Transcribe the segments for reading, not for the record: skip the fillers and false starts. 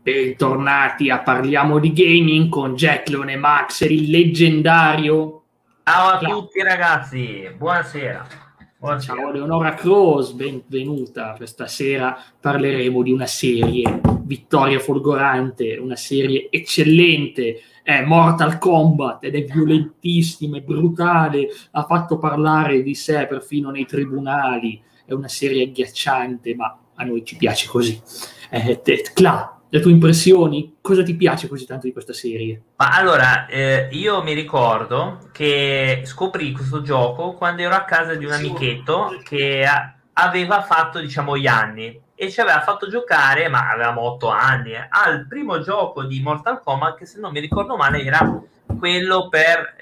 Bentornati a Parliamo di Gaming con Jack, Leone e Max, il leggendario. Ciao a tutti ragazzi, buonasera. Ciao Eleonora Cross, benvenuta. Questa sera parleremo di una serie, vittoria folgorante, una serie eccellente, è Mortal Kombat ed è violentissima, è brutale, ha fatto parlare di sé perfino nei tribunali, è una serie agghiacciante, ma a noi ci piace così. Cla, le tue impressioni, cosa ti piace così tanto di questa serie? Ma allora, io mi ricordo che scoprì questo gioco quando ero a casa di un amichetto che aveva fatto, diciamo, gli anni e ci aveva fatto giocare, ma avevamo 8 anni, al primo gioco di Mortal Kombat che, se non mi ricordo male, era quello per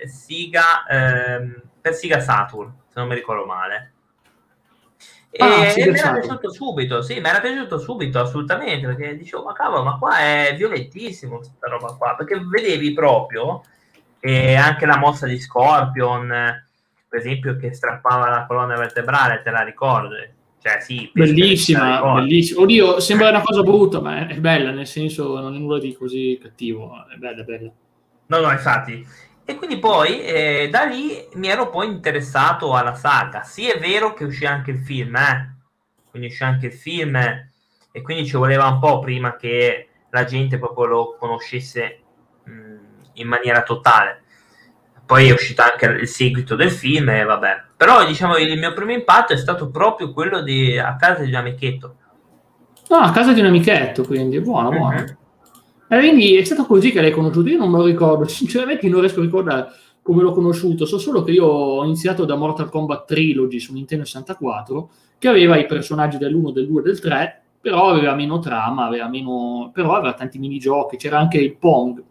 Sega Saturn, se non mi ricordo male. E Sì, mi era piaciuto subito, sì, mi era piaciuto subito, assolutamente, perché dicevo, ma cavolo, ma qua è violentissimo questa roba qua, perché vedevi proprio anche la mossa di Scorpion, per esempio, che strappava la colonna vertebrale, te la ricordi? Cioè, sì, penso che te la bellissima, ricordi. bellissima. Oddio, sembra una cosa brutta, ma è bella, nel senso non è nulla di così cattivo, è bella, è bella. No, no, infatti. E quindi poi da lì mi ero poi interessato alla saga. Sì, è vero che uscì anche il film, quindi uscì anche il film e quindi ci voleva un po' prima che la gente proprio lo conoscesse in maniera totale. Poi è uscito anche il seguito del film e vabbè. Però diciamo il mio primo impatto è stato proprio quello di A casa di un amichetto. Ah, a casa di un amichetto, quindi, buono, buono. Mhm. E quindi è stato così che l'hai conosciuto? Io non me lo ricordo, sinceramente non riesco a ricordare come l'ho conosciuto, so solo che io ho iniziato da Mortal Kombat Trilogy su Nintendo 64, che aveva i personaggi dell'1, del 2 e del 3, però aveva meno trama, però aveva tanti minigiochi, c'era anche il Pong.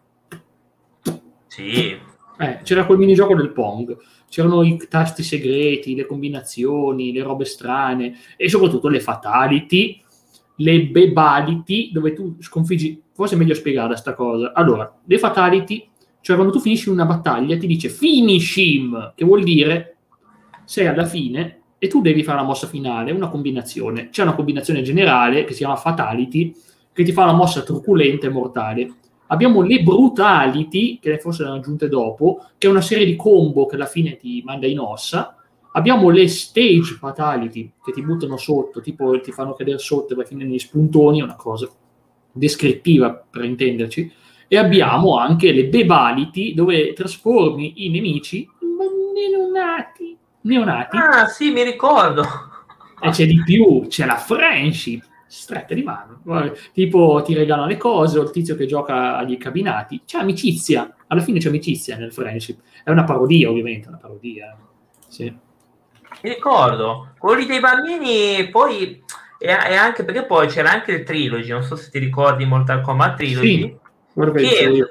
Sì. C'era quel minigioco del Pong, c'erano i tasti segreti, le combinazioni, le robe strane e soprattutto le fatality, le bebality, dove tu sconfiggi, forse è meglio spiegare sta cosa. Allora, le fatality, cioè quando tu finisci una battaglia ti dice finish him, che vuol dire sei alla fine e tu devi fare la mossa finale, una combinazione. C'è una combinazione generale che si chiama fatality, che ti fa una mossa truculenta e mortale. Abbiamo le brutality, che forse le hanno aggiunte dopo, che è una serie di combo che alla fine ti manda in ossa. Abbiamo le stage fatality, che ti buttano sotto, tipo ti fanno cadere sotto e vai finire negli spuntoni, è una cosa descrittiva per intenderci. E abbiamo anche le bebality, dove trasformi i nemici in neonati. Ah, sì, mi ricordo. E c'è di più, c'è la friendship, stretta di mano. Tipo ti regalano le cose, o il tizio che gioca agli cabinati. C'è amicizia, alla fine c'è amicizia nel friendship. È una parodia, ovviamente, una parodia. Sì. Mi ricordo. Quelli dei bambini, poi, e anche perché poi c'era anche il Trilogy, non so se ti ricordi Mortal Kombat Sì, Trilogy, quello che che dicevo io.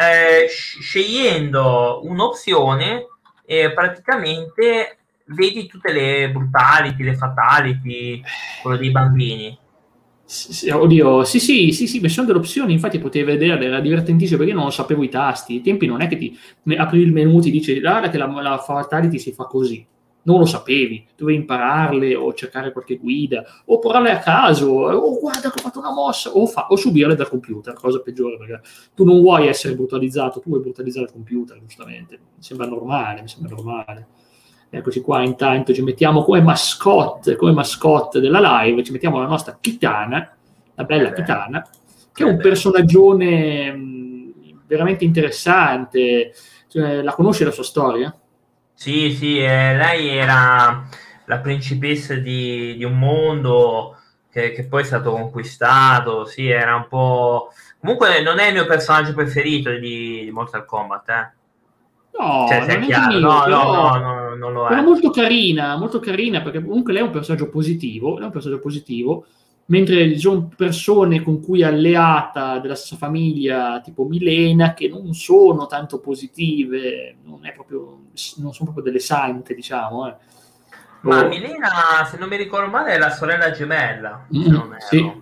scegliendo un'opzione, praticamente vedi tutte le brutality, le fatality, quello dei bambini. Oddio, sì, ma ci sono delle opzioni, infatti potevi vederle, era divertentissimo perché io non sapevo i tasti. Ai tempi non è che ti apri il menu, ti dice guarda che la fatality si fa così. Non lo sapevi, dovevi impararle o cercare qualche guida o provarle a caso, o guarda che ho fatto una mossa, o subirle dal computer, cosa peggiore perché tu non vuoi essere brutalizzato, tu vuoi brutalizzare il computer, giustamente. Mi sembra normale, mi sembra normale. Eccoci qua, intanto ci mettiamo come mascotte della live, ci mettiamo la nostra Kitana, la bella Kitana, che è un personaggione veramente interessante. Cioè, la conosci la sua storia? Sì, sì, lei era la principessa di un mondo che poi è stato conquistato, sì, era un po'... Comunque non è il mio personaggio preferito di Mortal Kombat, Cioè, No, se non è è neanche chiaro, mio, no, no, però, no, no, non lo però è. molto carina, perché comunque lei è un personaggio positivo, mentre ci sono persone con cui è alleata della stessa famiglia, tipo Milena, che non sono tanto positive, non sono proprio delle sante, diciamo. Ma Oh, Milena, se non mi ricordo male, è la sorella gemella, se non sì. erro.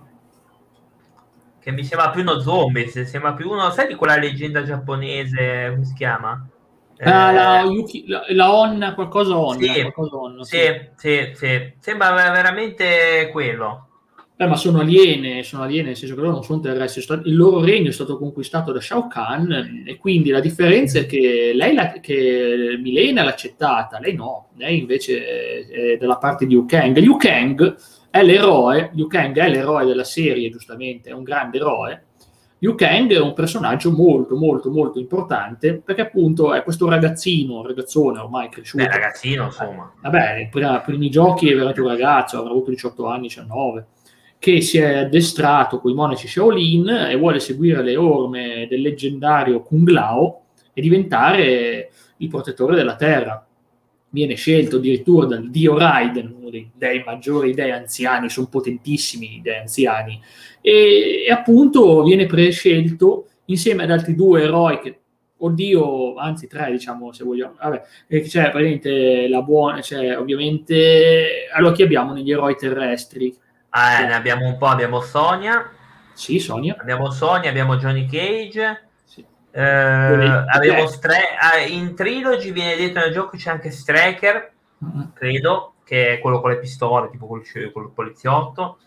Che mi sembra più uno zombie, se sembra più uno... Sai di quella leggenda giapponese, come si chiama? Ah, Eh, la Onna, qualcosa sì, Onna, qualcosa Onna, sì, sì. sì, sì. Sembra veramente quello. Ma sono aliene, nel senso che loro non sono terrestri, il loro regno è stato conquistato da Shao Kahn e quindi la differenza è che che Milena l'ha accettata, lei no, lei invece è dalla parte di Liu Kang. Liu Kang è l'eroe della serie, giustamente, è un grande eroe. Liu Kang è un personaggio molto molto molto importante perché appunto è questo ragazzone ormai cresciuto. Beh, ragazzino, insomma. Vabbè, ai primi giochi è veramente un ragazzo, avrà avuto 18 anni, 19, che si è addestrato con i monaci Shaolin e vuole seguire le orme del leggendario Kung Lao e diventare il protettore della terra. Viene scelto addirittura dal dio Raiden, uno dei dei maggiori dei anziani, sono potentissimi dei anziani, e appunto viene prescelto insieme ad altri due eroi che, oddio, anzi tre diciamo se vogliamo, vabbè, c'è praticamente la buona, c'è ovviamente, allora chi abbiamo negli eroi terrestri? Ne abbiamo un po', abbiamo Sonia. Sì, Sonia. Abbiamo Johnny Cage. Sì. Abbiamo in Trilogy viene detto nel gioco c'è anche Striker, credo, che è quello con le pistole, tipo col poliziotto.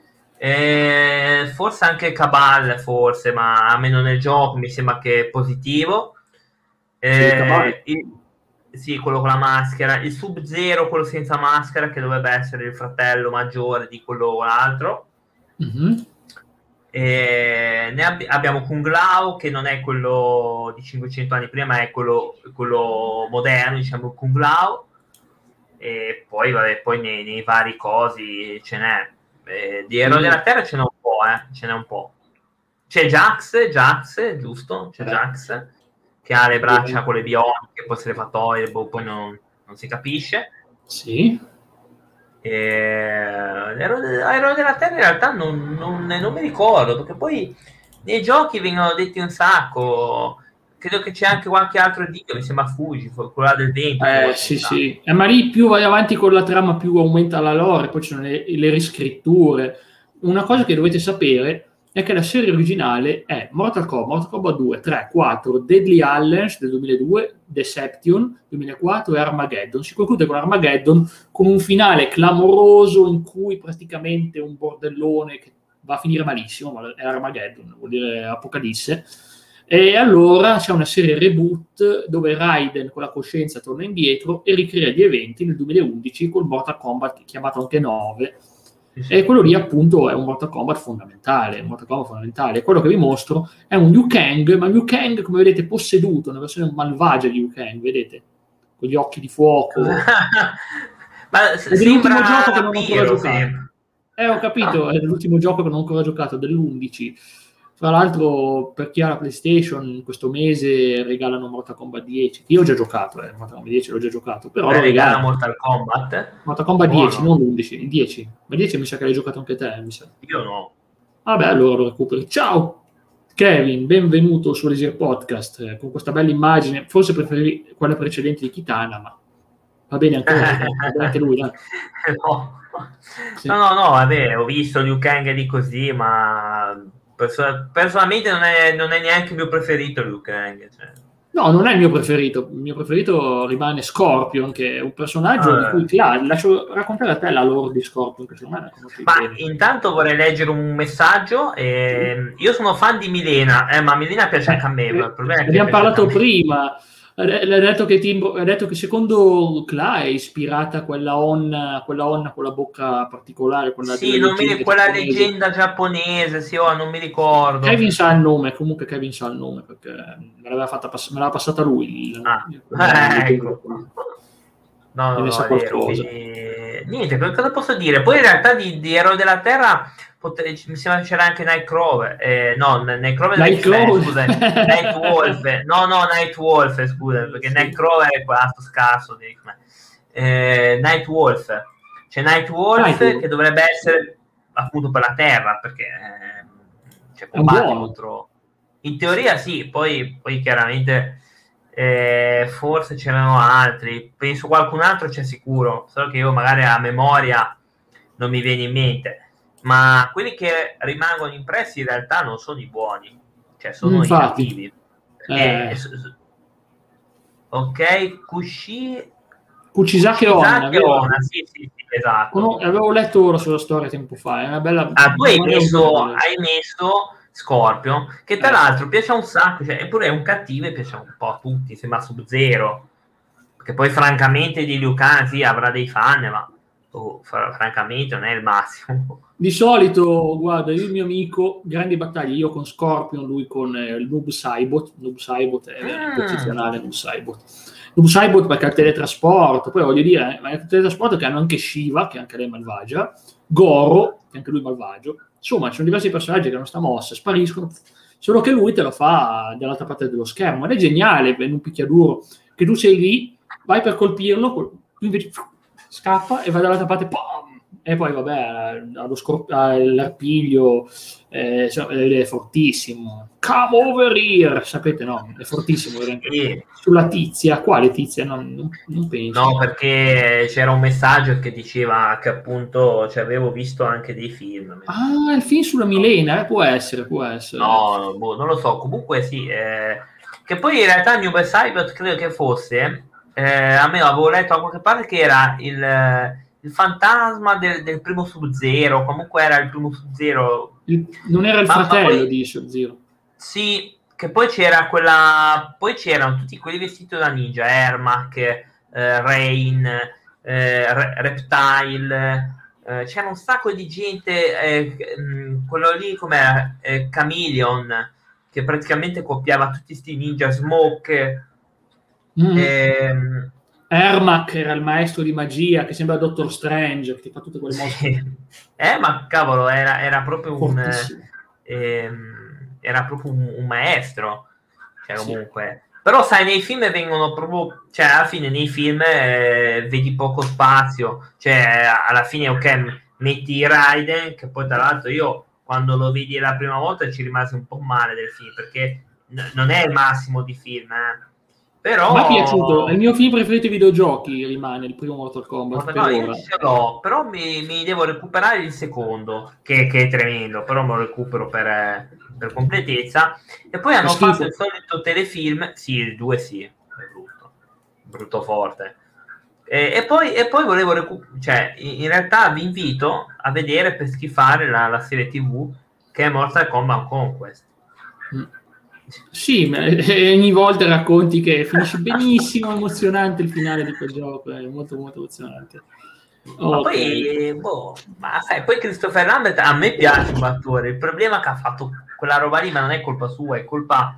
Forse anche Cabal, forse, ma almeno nel gioco mi sembra che è positivo. Sì, quello con la maschera. Il Sub-Zero, quello senza maschera, che dovrebbe essere il fratello maggiore di quello l'altro. Abbiamo Kung Lao, che non è quello di 500 anni prima, ma è quello moderno, diciamo, Kung Lao. E poi, vabbè, poi nei vari cosi ce n'è. Di Eroi della Terra ce n'è un po'. C'è Jax, giusto? C'è Jax, che ha le braccia con le bioniche, poi se le fa togliere, poi non si capisce. Sì. Eroi della Terra in realtà non mi ricordo, perché poi nei giochi vengono detti un sacco. Credo che c'è anche qualche altro dio, mi sembra Fuji, quella del vento. Sì. Ma lì più vai avanti con la trama, più aumenta la lore, poi ci sono le riscritture. Una cosa che dovete sapere è che la serie originale è Mortal Kombat 2, 3, 4, Deadly Alliance del 2002, Deception 2004 e Armageddon. Si conclude con Armageddon con un finale clamoroso in cui praticamente un bordellone che va a finire malissimo, ma è Armageddon, vuol dire Apocalisse. E allora c'è una serie reboot dove Raiden con la coscienza torna indietro e ricrea gli eventi nel 2011 col Mortal Kombat chiamato anche 9. E quello lì appunto è un Mortal Kombat fondamentale. Quello che vi mostro è un Liu Kang, ma Liu Kang come vedete posseduto, una versione malvagia di Liu Kang, vedete? Con gli occhi di fuoco. Ma è l'ultimo gioco che non ho ancora giocato. Ho capito, è l'ultimo gioco che non ho ancora giocato, dell'11. Tra l'altro, per chi ha la PlayStation, questo mese regalano Mortal Kombat 10. Io ho già giocato, Mortal Kombat 10 l'ho già giocato. Però regala Mortal Kombat? Mortal Kombat 10, non l'11, il 10. Ma il 10 mi sa che l'hai giocato anche te, mi sa. Io no. Vabbè, allora lo recuperi. Ciao, Kevin, benvenuto su Elisir Podcast, con questa bella immagine. Forse preferivi quella precedente di Kitana, ma va bene anche lui, dai. No. Sì. No, vabbè, ho visto Liu Kang di così, ma personalmente non è neanche il mio preferito Liu Kang, cioè. No, non è il mio preferito rimane Scorpion, che è un personaggio di cui lascio raccontare a te la lore di Scorpion, che secondo me la conosci bene. Intanto vorrei leggere un messaggio. Io sono fan di Milena, ma Milena piace anche a me. Il problema è che abbiamo parlato prima. Ha detto che secondo Cla è ispirata a quella onna con la bocca particolare. Quella leggenda giapponese, sì, non mi ricordo. Kevin sa il nome, perché me l'aveva passata lui. Ecco. No, sa qualcosa. Niente, cosa posso dire? Poi in realtà di Eroi della Terra mi sembra che c'era anche Nightcrawler, scusa, Nightwolf, Nightwolf, scusa, perché sì. Nightcrawler è quell'altro scarso di Nightwolf, c'è Nightwolf che dovrebbe essere appunto per la Terra, perché combatte contro, in teoria sì, poi chiaramente forse c'erano altri, penso qualcun altro c'è sicuro, solo che io magari a memoria non mi viene in mente. Ma quelli che rimangono impressi in realtà non sono i buoni, cioè sono i cattivi. Ok, Kuchisake Onna, sì. esatto. Avevo letto ora sulla storia tempo fa, è una bella... Tu hai messo Scorpion, che tra l'altro piace un sacco, cioè, eppure è un cattivo e piace un po' a tutti, sembra Sub-Zero, perché poi francamente di Liu Kang sì, avrà dei fan, ma francamente non è il massimo. Di solito, guarda, io e il mio amico, grandi battaglie, io con Scorpion, lui con il Noob Saibot. Noob Saibot è veramente eccezionale, Noob Saibot perché ha il teletrasporto, poi voglio dire, ma il teletrasporto che hanno anche Shiva, che anche lei è malvagia, Goro, che anche lui è malvagio, insomma ci sono diversi personaggi che hanno sta mossa, spariscono, solo che lui te lo fa dall'altra parte dello schermo, ed è geniale, in un picchiaduro, che tu sei lì, vai per colpirlo, lui invece scappa e va dall'altra parte, pom! E poi vabbè, l'arpiglio è fortissimo. Come over here, sapete, no? È fortissimo. Sulla tizia, quale tizia? Non penso. No, perché c'era un messaggio che diceva che appunto avevo visto anche dei film. Ah, il film sulla Milena, può essere. No, non lo so, comunque sì. Che poi in realtà New by Cyber credo che fosse, a me avevo letto da qualche parte che era il fantasma del primo Sub-Zero, comunque era il primo Sub-Zero. Non era il fratello di Sub-Zero. Sì, che poi c'era poi c'erano tutti quelli vestiti da ninja, Ermac, Rain, Reptile, c'era un sacco di gente, quello lì com'era, Chameleon, che praticamente copiava tutti sti ninja, Smoke. Ermac era il maestro di magia che sembra Doctor Strange, che ti fa tutte quelle mosse. Sì. Ma cavolo, era proprio era proprio un maestro, cioè, comunque. Sì. Però sai, nei film vengono proprio, cioè alla fine nei film vedi poco spazio, cioè alla fine ok, metti Raiden, che poi tra l'altro io quando lo vidi la prima volta ci rimasi un po' male del film, perché non è il massimo di film, Però... Mi è piaciuto, è il mio film preferito ai videogiochi, rimane il primo Mortal Kombat. No, io ce l'ho, però mi devo recuperare il secondo, che è tremendo, però me lo recupero per completezza. E poi hanno fatto il solito telefilm, sì, il 2 sì, è brutto forte. E poi volevo recuperare, cioè in realtà vi invito a vedere per schifare la serie TV che è Mortal Kombat Conquest. Sì, ma ogni volta racconti che finisce benissimo, emozionante il finale di quel gioco, è molto molto emozionante. Ma poi, sai, poi Christopher Lambert a me piace come attore, il problema è che ha fatto quella roba lì, ma non è colpa sua, è colpa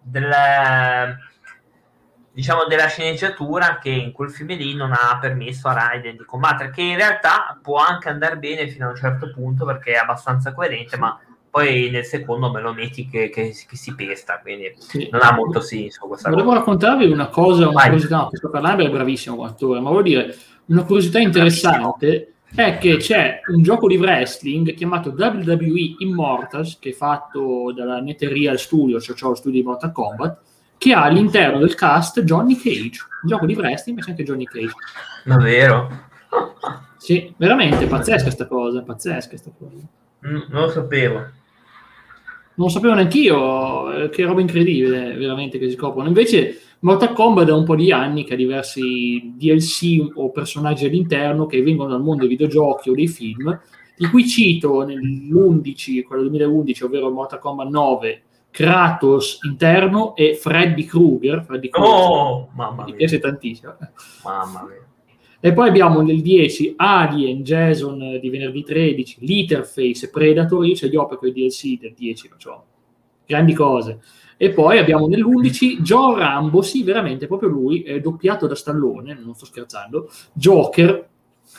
diciamo della sceneggiatura, che in quel film lì non ha permesso a Raiden di combattere, che in realtà può anche andare bene fino a un certo punto perché è abbastanza coerente, ma poi nel secondo me lo metti che si pesta, quindi non ha molto senso questa Volevo raccontarvi una cosa, una curiosità, Christopher Lambert è bravissimo come attore, ma voglio dire, una curiosità interessante è che c'è un gioco di wrestling chiamato WWE Immortals, che è fatto dalla NetherReal Studio, cioè lo studio di Mortal Kombat, che ha all'interno del cast Johnny Cage, un gioco di wrestling ma c'è anche Johnny Cage. Davvero? Sì, veramente, pazzesca sta cosa. Non lo sapevo. Non lo sapevo neanch'io, che roba incredibile, veramente, che si scoprono. Invece Mortal Kombat da un po' di anni che ha diversi DLC o personaggi all'interno che vengono dal mondo dei videogiochi o dei film, di cui cito nell'11, quello 2011, ovvero Mortal Kombat 9, Kratos interno e Freddy Krueger. Oh, mamma mia. Mi piace tantissimo. Mamma mia. E poi abbiamo nel 10 Alien, Jason di venerdì 13, Letterface e Predator. Io ce li ho per quei DLC del 10, facciamo grandi cose. E poi abbiamo nell'11 John Rambo, sì, veramente, proprio lui, è doppiato da Stallone, non sto scherzando, Joker,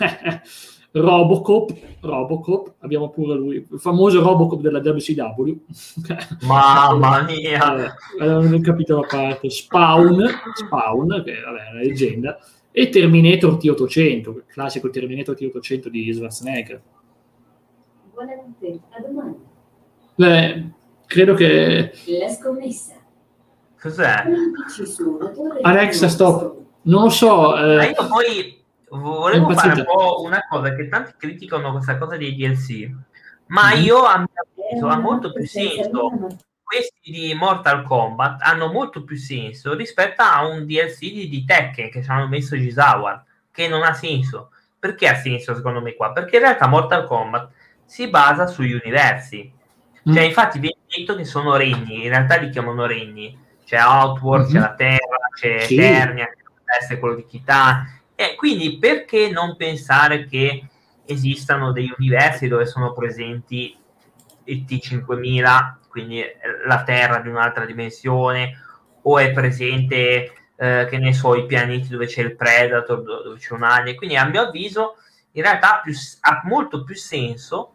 Robocop, abbiamo pure lui, il famoso Robocop della WCW. Mamma mia! Non ho capito la parte. Spawn, che vabbè, è una leggenda. E Terminator T800, il classico Terminator T800 di Schwarzenegger. Buonanotte, a domani. Credo che... La scommessa. Cos'è? Alexa, stop. Non lo so. Io poi volevo fare un po' una cosa, che tanti criticano questa cosa dei DLC, ma io a mio avviso ha molto più senso. Questi di Mortal Kombat hanno molto più senso rispetto a un DLC di Tekken che ci hanno messo Gisawar, che non ha senso. perché ha senso secondo me qua? Perché in realtà Mortal Kombat si basa sugli universi. Cioè, infatti viene detto che sono regni, in realtà li chiamano regni. C'è Outworld, c'è la Terra, c'è Eternia, che deve essere quello di Kitana. E quindi perché non pensare che esistano degli universi dove sono presenti il T5000, quindi la Terra di un'altra dimensione, o è presente, che ne so, i pianeti dove c'è il Predator, dove c'è un alien. Quindi a mio avviso in realtà ha molto più senso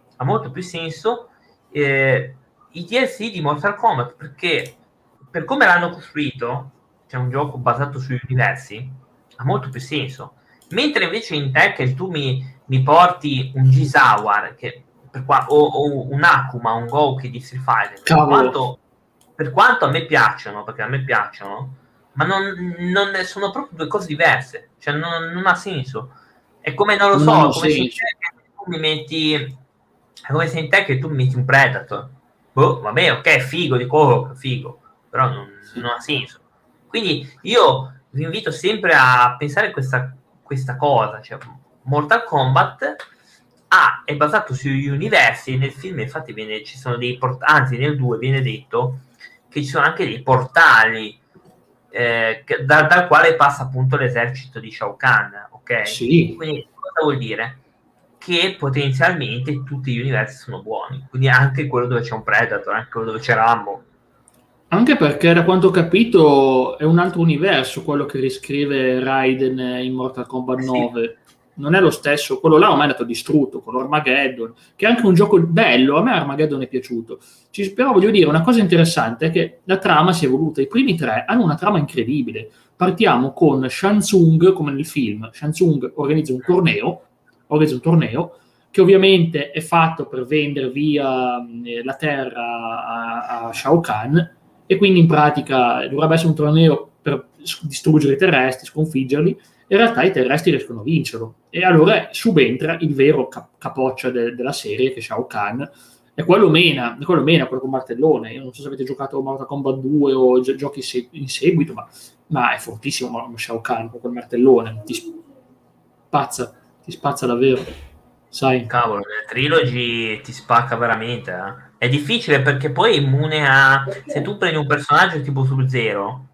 i DLC di Mortal Kombat, perché per come l'hanno costruito, c'è un gioco basato sugli universi, ha molto più senso. Mentre invece in Tekken tu mi porti un Gisawar o un Akuma, un Gouki di Street Fighter, per quanto a me piacciono, perché a me piacciono, ma non sono proprio due cose diverse, cioè non ha senso. È come, non lo so, come se in Tekken tu mi metti, come se in Tekken tu mi metti un Predator. Boh, vabbè, ok, figo, dico figo, però non ha senso. Quindi io vi invito sempre a pensare questa cosa, cioè Mortal Kombat è basato sugli universi, e nel film infatti ci sono dei anzi nel 2 viene detto che ci sono anche dei portali dal quale passa appunto l'esercito di Shao Kahn, ok? Sì. Quindi cosa vuol dire? Che potenzialmente tutti gli universi sono buoni, quindi anche quello dove c'è un Predator, anche quello dove c'è Rambo. Anche perché da quanto ho capito è un altro universo quello che riscrive Raiden in Mortal Kombat 9. Non è lo stesso, quello là ormai è andato distrutto, quello Armageddon, che è anche un gioco bello, a me Armageddon è piaciuto. Però voglio dire, una cosa interessante è che la trama si è evoluta, i primi 3 hanno una trama incredibile. Partiamo con Shang Tsung, come nel film, Shang Tsung organizza un torneo che ovviamente è fatto per vendere via la terra a Shao Kahn, e quindi in pratica dovrebbe essere un torneo per distruggere i terrestri, sconfiggerli. In realtà i terrestri riescono a vincerlo, e allora subentra il vero capoccia della serie, che è Shao Kahn, e quello mena, quello con martellone. Io non so se avete giocato Mortal Kombat 2 o giochi in seguito, ma è fortissimo Shao Kahn con quel martellone, ti spazza davvero. Sai. Cavolo, nel trilogy ti spacca veramente. È difficile perché poi è immune a... Se tu prendi un personaggio tipo Sub-Zero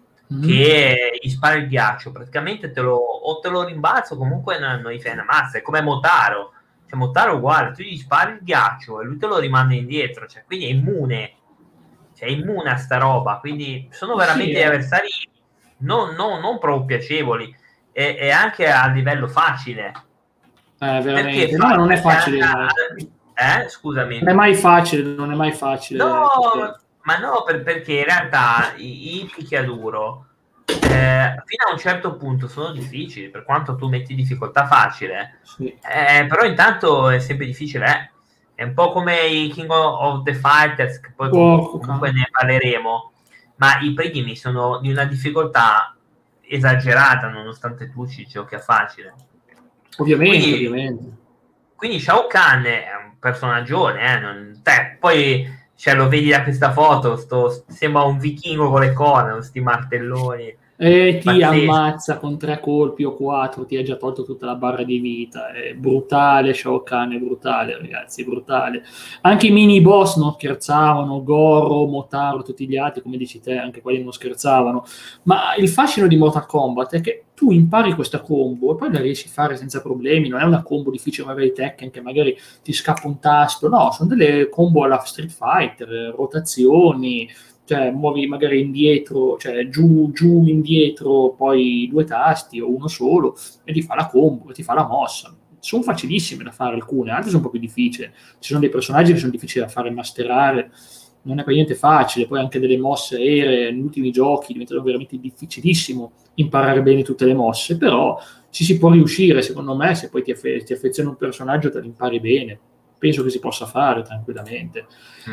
che gli spara il ghiaccio, praticamente te lo rimbalzo, comunque non gli fai una mazza. È come Motaro. Cioè Motaro è uguale, tu gli spari il ghiaccio e lui te lo rimanda indietro. Cioè, quindi è immune. Cioè, è immune a sta roba. Quindi sono veramente avversari non proprio piacevoli. E anche a livello facile. Veramente. No, non è facile. Scusami. Non è mai facile. No, ma no, perché in realtà i picchiaduro fino a un certo punto sono difficili, per quanto tu metti difficoltà facile. Sì. Però intanto è sempre difficile. È un po' come i King of the Fighters, che poi comunque ne parleremo, ma i primi sono di una difficoltà esagerata, nonostante tu ci giochi a facile. Ovviamente. Quindi Shao Kahn è un personaggione, poi lo vedi da questa foto, sembra un vichingo con le corna, questi martelloni. E ti ammazza con 3 colpi o 4, ti ha già tolto tutta la barra di vita. È brutale, Shao Kahn è brutale, ragazzi, è brutale. Anche i mini boss non scherzavano, Goro, Motaro, tutti gli altri, come dici te, anche quelli non scherzavano. Ma il fascino di Mortal Kombat è che tu impari questa combo e poi la riesci a fare senza problemi. Non è una combo difficile magari Tekken, che magari ti scappa un tasto, no, sono delle combo alla Street Fighter, rotazioni, cioè muovi magari indietro, cioè giù, indietro, poi 2 tasti o uno solo, e ti fa la combo, e ti fa la mossa. Sono facilissime da fare alcune, altre sono un po' più difficili. Ci sono dei personaggi che sono difficili da fare masterare, non è per niente facile. Poi anche delle mosse aeree, negli ultimi giochi diventano veramente difficilissimo imparare bene tutte le mosse, però ci si può riuscire, secondo me, se poi ti affezioni un personaggio te lo impari bene. Penso che si possa fare tranquillamente.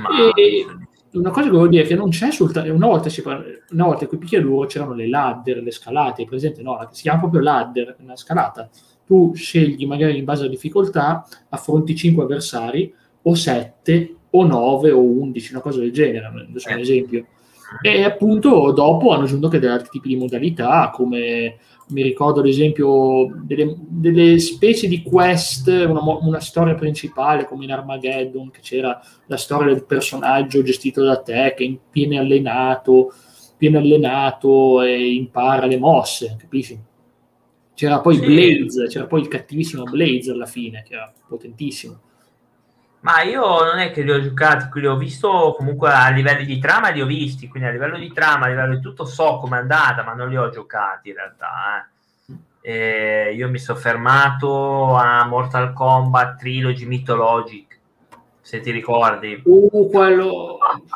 Una cosa che voglio dire è che non c'è soltanto una volta con i picchiaduro c'erano le ladder, le scalate, presente? No, si chiama proprio ladder, una scalata. Tu scegli magari in base alla difficoltà, affronti 5 avversari, o 7, o 9, o 11, una cosa del genere, adesso è un esempio. E appunto dopo hanno aggiunto anche degli altri tipi di modalità, come mi ricordo ad esempio delle specie di quest, una storia principale come in Armageddon, che c'era la storia del personaggio gestito da te che è pieno allenato e impara le mosse, capisci? C'era poi Sì. Blaze, c'era poi il cattivissimo Blaze alla fine, che era potentissimo. Ma io non è che li ho giocati, li ho visto comunque a livelli di trama, li ho visti, quindi a livello di trama, a livello di tutto so com'è andata, ma non li ho giocati in realtà. Io mi sono fermato a Mortal Kombat Trilogy Mythologic, se ti ricordi. Quello...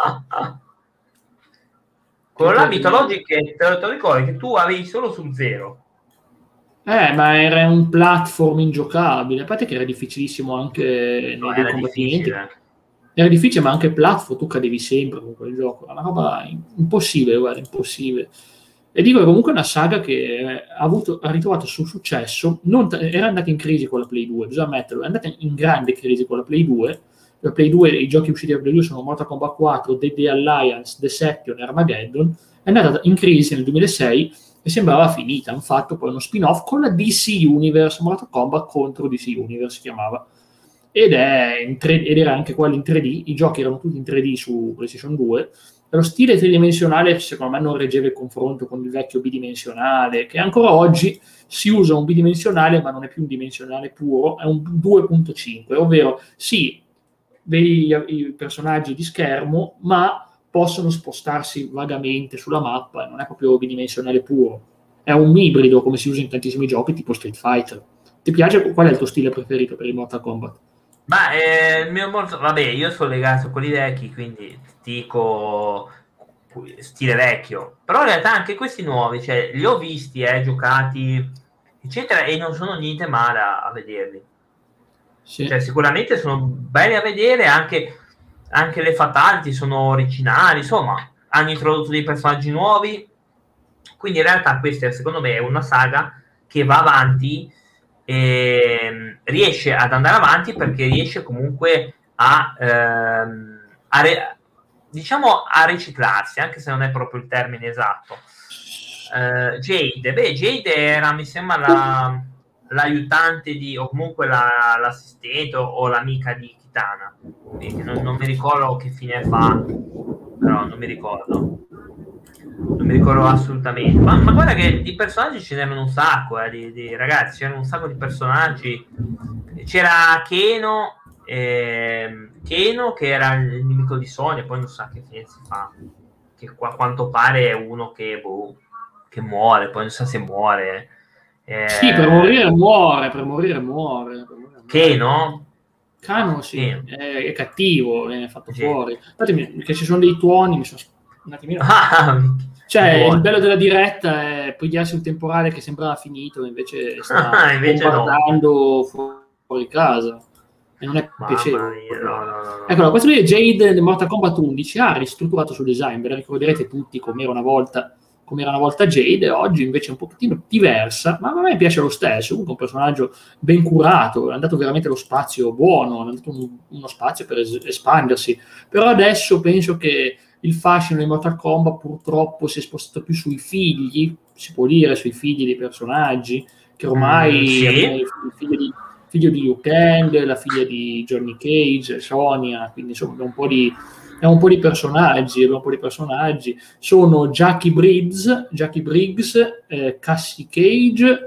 Quello là Mythologic, te lo ricordi che tu avevi solo su Zero. Ma era un platform ingiocabile, a parte che era difficilissimo anche nei due combattimenti. Era difficile, ma anche platform, tu cadevi sempre con quel gioco, era una roba impossibile, guarda, impossibile. E dico che comunque è una saga che ha ritrovato il suo successo, era andata in crisi con la Play 2, bisogna ammetterlo, è andata in grande crisi con la Play 2. La Play 2, i giochi usciti da Play 2 sono Mortal Kombat 4, The Alliance, Deception e Armageddon, è andata in crisi nel 2006 e sembrava finita. Hanno fatto poi uno spin-off con la DC Universe, Mortal Kombat contro DC Universe si chiamava, ed era anche quello in 3D, i giochi erano tutti in 3D su PlayStation 2, lo stile tridimensionale secondo me non reggeva il confronto con il vecchio bidimensionale, che ancora oggi si usa un bidimensionale ma non è più un dimensionale puro, è un 2.5, ovvero sì, vedi i personaggi di schermo, ma possono spostarsi vagamente sulla mappa, non è proprio bidimensionale puro, è un ibrido come si usa in tantissimi giochi tipo Street Fighter. Ti piace? Qual è il tuo stile preferito per il Mortal Kombat? Ma il mio vabbè, io sono legato a quelli vecchi, quindi ti dico stile vecchio, però in realtà anche questi nuovi, cioè li ho visti, giocati, eccetera, e non sono niente male a vederli. Sì. Cioè sicuramente sono belli a vedere, anche le fatality sono originali, insomma, hanno introdotto dei personaggi nuovi, quindi in realtà questa secondo me è una saga che va avanti e riesce ad andare avanti perché riesce comunque a riciclarsi, anche se non è proprio il termine esatto. Jade era, mi sembra, l'aiutante o comunque l'assistente o l'amica di Kitana, non mi ricordo che fine fa, però non mi ricordo assolutamente, ma guarda che di personaggi ce n'erano un sacco, di ragazzi, c'erano un sacco di personaggi. C'era Keno che era il nemico di Sonya, poi non sa che fine si fa, che a quanto pare è uno che muore, poi non sa se muore. Sì, per morire muore. Keno? Kano sì, è cattivo, viene fatto fuori. Infatti che ci sono dei tuoni, mi sono un attimino... Cioè, il bello della diretta è pigliarsi un temporale che sembrava finito, invece sta bombardando fuori casa. E non è piacevole. No. Ecco, questo qui è Jade nel Mortal Kombat 11, ha ristrutturato sul design, ve la ricorderete tutti come era una volta Jade, e oggi invece è un pochettino diversa, ma a me piace lo stesso, comunque un personaggio ben curato, è andato veramente lo spazio buono, è andato uno spazio per espandersi, però adesso penso che il fascino di Mortal Kombat purtroppo si è spostato più sui figli, si può dire, sui figli dei personaggi, che ormai abbiamo il figlio di Liu Kang, la figlia di Johnny Cage, Sonya, quindi insomma abbiamo un po' di personaggi, sono Jackie Briggs, Cassie Cage,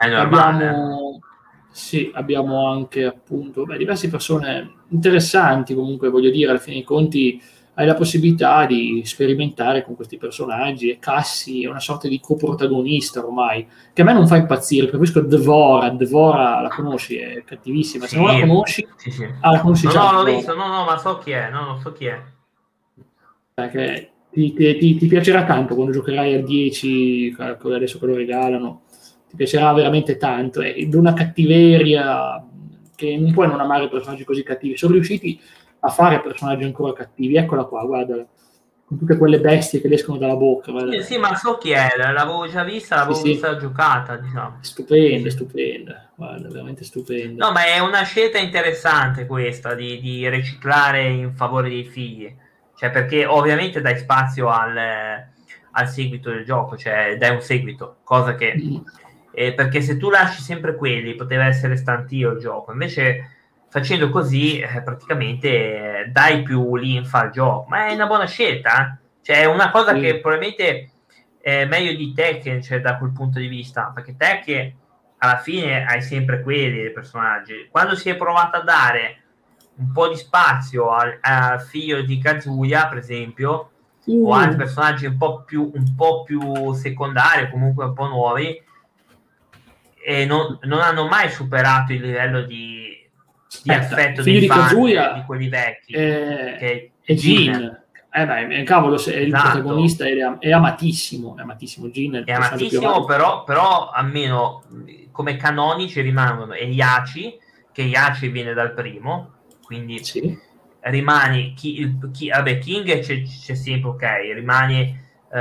abbiamo anche appunto diverse persone interessanti, comunque voglio dire, alla fine dei conti hai la possibilità di sperimentare con questi personaggi, e Cassie è una sorta di coprotagonista ormai, che a me non fa impazzire, preferisco Devora, la conosci, è cattivissima, se non la conosci... Sì. La conosci già. No, l'ho visto, ma so chi è, non so chi è. Perché ti piacerà tanto quando giocherai al 10, adesso che lo regalano, ti piacerà veramente tanto, è di una cattiveria che non puoi non amare personaggi così cattivi, sono riusciti a fare personaggi ancora cattivi, eccola qua, guarda, con tutte quelle bestie che le escono dalla bocca. Sì, ma so chi è, l'avevo già vista, vista giocata, diciamo. Stupenda, guarda, veramente stupenda. No, ma è una scelta interessante questa, di riciclare in favore dei figli. cioè perché ovviamente dai spazio al seguito del gioco, cioè dai un seguito, cosa che perché se tu lasci sempre quelli poteva essere stantio il gioco, invece facendo così praticamente dai più linfa al gioco, ma è una buona scelta, cioè è una cosa che probabilmente è meglio di Tekken, cioè da quel punto di vista, perché Tekken alla fine hai sempre quelli dei personaggi. Quando si è provato a dare un po' di spazio al figlio di Kazuya, per esempio, o altri personaggi un po' più secondari, comunque un po' nuovi, e non hanno mai superato il livello di affetto dei fan Kazuya, di quelli vecchi, che è Jin. Cavolo, è il protagonista, è amatissimo. Jin è amatissimo, però almeno come canonici rimangono Heihachi, che Heihachi viene dal primo, quindi rimane King c'è sempre, ok, rimane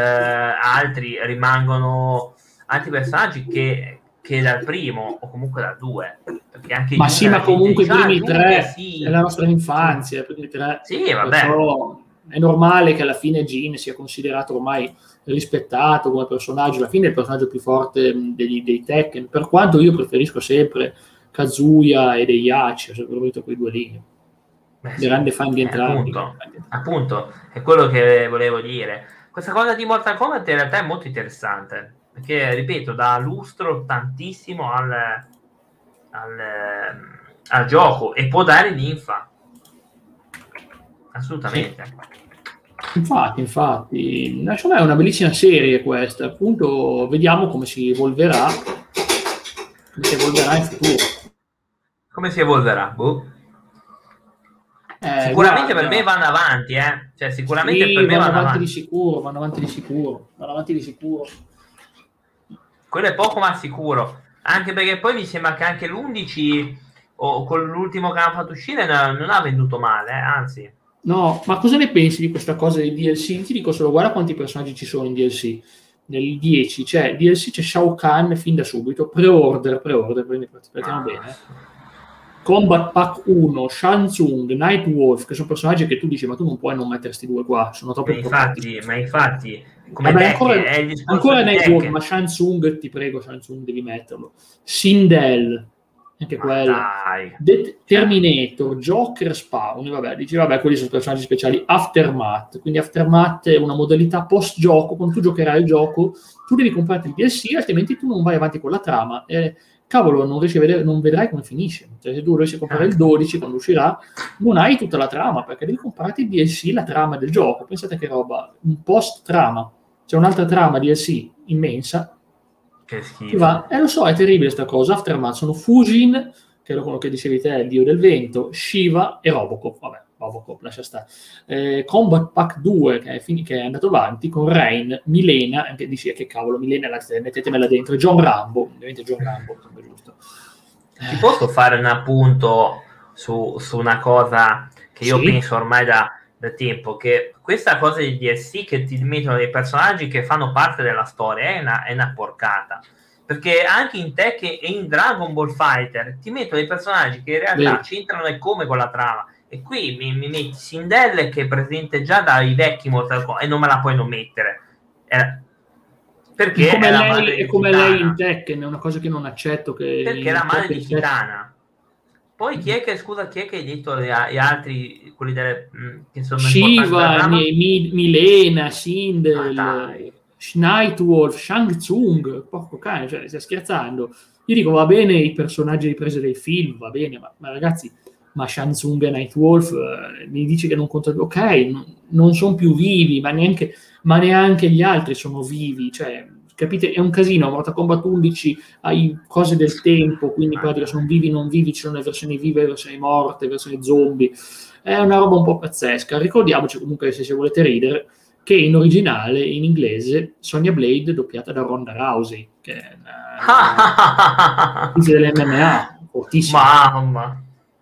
rimangono altri personaggi che dal primo o comunque dal 2, perché anche ma comunque i primi 3 è la nostra infanzia, i primi 3, vabbè, è normale che alla fine Jin sia considerato ormai rispettato come personaggio, alla fine è il personaggio più forte dei Tekken, per quanto io preferisco sempre Kazuya ed Heihachi, ho sempre preferito quei due lì. Grande fan di entrambi. Appunto, è quello che volevo dire. Questa cosa di Mortal Kombat in realtà è molto interessante, perché, ripeto, dà lustro tantissimo al gioco e può dare linfa. Assolutamente. Infatti, secondo me è una bellissima serie questa, appunto, vediamo come si evolverà in futuro. Come si evolverà? Sicuramente per me vanno avanti, cioè sicuramente per me vanno avanti di sicuro. Quello è poco ma sicuro, anche perché poi mi sembra che anche l'11 o con l'ultimo che hanno fatto uscire non ha venduto male, anzi. No, ma cosa ne pensi di questa cosa dei DLC? Ti dico solo, guarda quanti personaggi ci sono in DLC. Nel 10 c'è DLC, c'è Shao Kahn fin da subito, pre-order, quindi partiamo bene. Combat Pack 1, Shang Tsung, Nightwolf, che sono personaggi che tu dici, ma tu non puoi non mettersti due qua, sono troppo importanti. Ma infatti, come ancora Nightwolf, ma Shang Tsung, ti prego, Shang Tsung devi metterlo. Sindel, anche quello. Terminator, Joker, Spawn, vabbè, quelli sono personaggi speciali. Aftermath, quindi Aftermath è una modalità post-gioco, quando tu giocherai il gioco, tu devi comprarti il DLC, altrimenti tu non vai avanti con la trama. Cavolo, non riesci a vedere, non vedrai come finisce. Cioè, se tu riesci a comprare il 12 quando uscirà, non hai tutta la trama, perché devi comprarti il DLC, la trama del gioco. Pensate che roba, un post-trama. C'è un'altra trama DLC immensa. Che schifo. Lo so, è terribile sta cosa. Aftermath sono Fujin, che è quello che dicevi te, il dio del vento, Shiva e Robocop. Vabbè, Robocop, lascia stare. Combat Pack 2, che è andato avanti, con Rain, Milena, anche dici che cavolo, Milena, mettetemela dentro, John Rambo, ovviamente John Rambo, giusto. Ti posso fare un appunto su una cosa che io penso ormai da tempo, che questa cosa di DLC che ti mettono dei personaggi che fanno parte della storia è una porcata, perché anche in Tekken e in Dragon Ball Fighter ti mettono dei personaggi che in realtà c'entrano e come con la trama, e qui mi metti Sindel che è presente già dai vecchi Mortal Kombat e non me la puoi non mettere, perché è come lei in Tekken, è una cosa che non accetto, perché è la madre di Kitana. Poi chi è che hai detto gli altri, quelli che sono Shiva, Milena, Sindel, Nightwolf, Shang Tsung, porco cane, cioè stai scherzando. Io dico, va bene i personaggi ripresi dai film, va bene, ma ragazzi, ma Shang Tsung e Nightwolf mi dici che non contano, ok, non sono più vivi, ma neanche gli altri sono vivi, cioè, capite, è un casino. Mortal Kombat 11 hai cose del tempo, quindi praticamente sono vivi, non vivi, ci sono le versioni vive, le versioni morte, le versioni zombie, è una roba un po' pazzesca. Ricordiamoci comunque, se volete ridere, che in originale, in inglese, Sonya Blade doppiata da Ronda Rousey, che è una dell'MMA, fortissima. Mamma.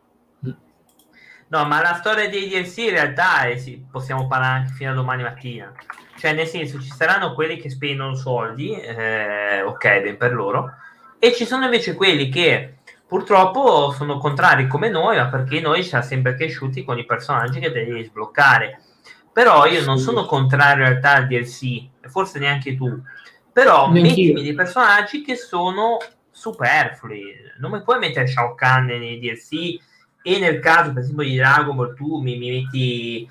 No, ma la storia dei DLC in realtà possiamo parlare anche fino a domani mattina. Cioè, nel senso, ci saranno quelli che spendono soldi, ok, ben per loro, e ci sono invece quelli che purtroppo sono contrari come noi, ma perché noi siamo sempre cresciuti con i personaggi che devi sbloccare. Però io non sono contrario in realtà al DLC, forse neanche tu, però mettimi dei personaggi che sono superflui. Non mi puoi mettere Shao Kahn nei DLC, e nel caso per esempio di Dragon Ball tu mi metti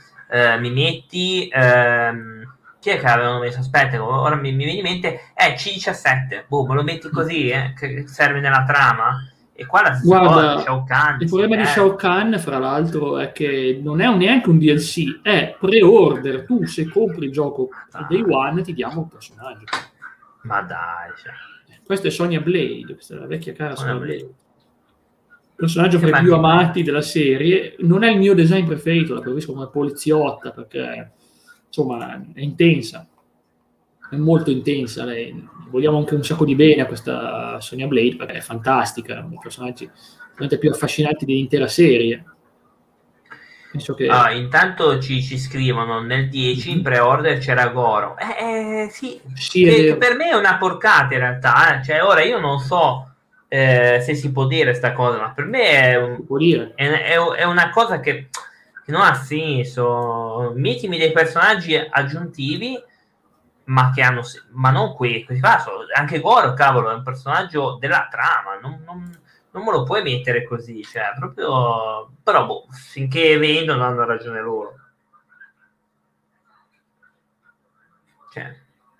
chi è che avevano messo? Aspetta, ora mi viene in mente C17, boh, me lo metti così, che serve nella trama. E qua la stessa cosa, Shao Kahn. Il problema di Shao Kahn, fra l'altro, è che non è neanche un DLC, è pre-order. Tu, se compri il gioco Day One, ti diamo un personaggio. Ma dai, questo è Sonya Blade, questa è la vecchia cara Sonya Blade. Il personaggio fra i più amati della serie. Non è il mio design preferito, la preferisco come poliziotta, perché insomma è intensa, è molto intensa lei. Vogliamo anche un sacco di bene a questa Sonya Blade, perché è fantastica, è uno dei personaggi più affascinanti dell'intera serie. Penso che... intanto ci scrivono nel 10 in pre-order c'era Goro. Sì, che per me è una porcata in realtà. Cioè, ora io non so se si può dire sta cosa, ma per me è una cosa che non ha senso. Mettimi dei personaggi aggiuntivi, ma che hanno, ma non questi fa. Anche Goro, cavolo, è un personaggio della trama, non me lo puoi mettere così, cioè proprio. Però boh, finché vendono hanno ragione loro, cioè.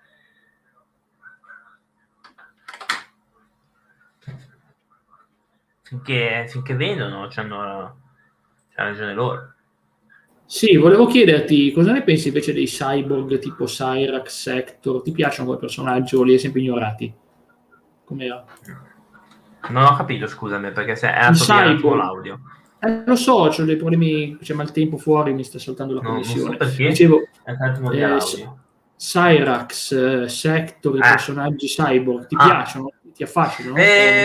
Finché vendono c'hanno ragione loro. Sì, volevo chiederti cosa ne pensi invece dei cyborg tipo Cyrax, Sector. Ti piacciono quei personaggi o li hai sempre ignorati? Com'era? Non ho capito, scusami, perché è andato l'audio. Lo so, ho dei problemi, c'è maltempo fuori, mi sta saltando la connessione. Non so perché. Dicevo, l'audio. Cyrax, Sector, i personaggi cyborg, ti piacciono? Ti affascinano?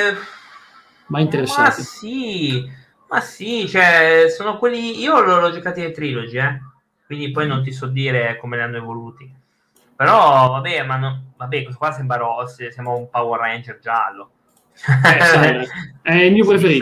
Ma interessati? Ma sì, cioè, sono quelli. Io l'ho giocati nei trilogy, quindi poi non ti so dire come li hanno evoluti. Però, vabbè, questo qua sembra Rossi, siamo un Power Ranger giallo. È il mio preferito.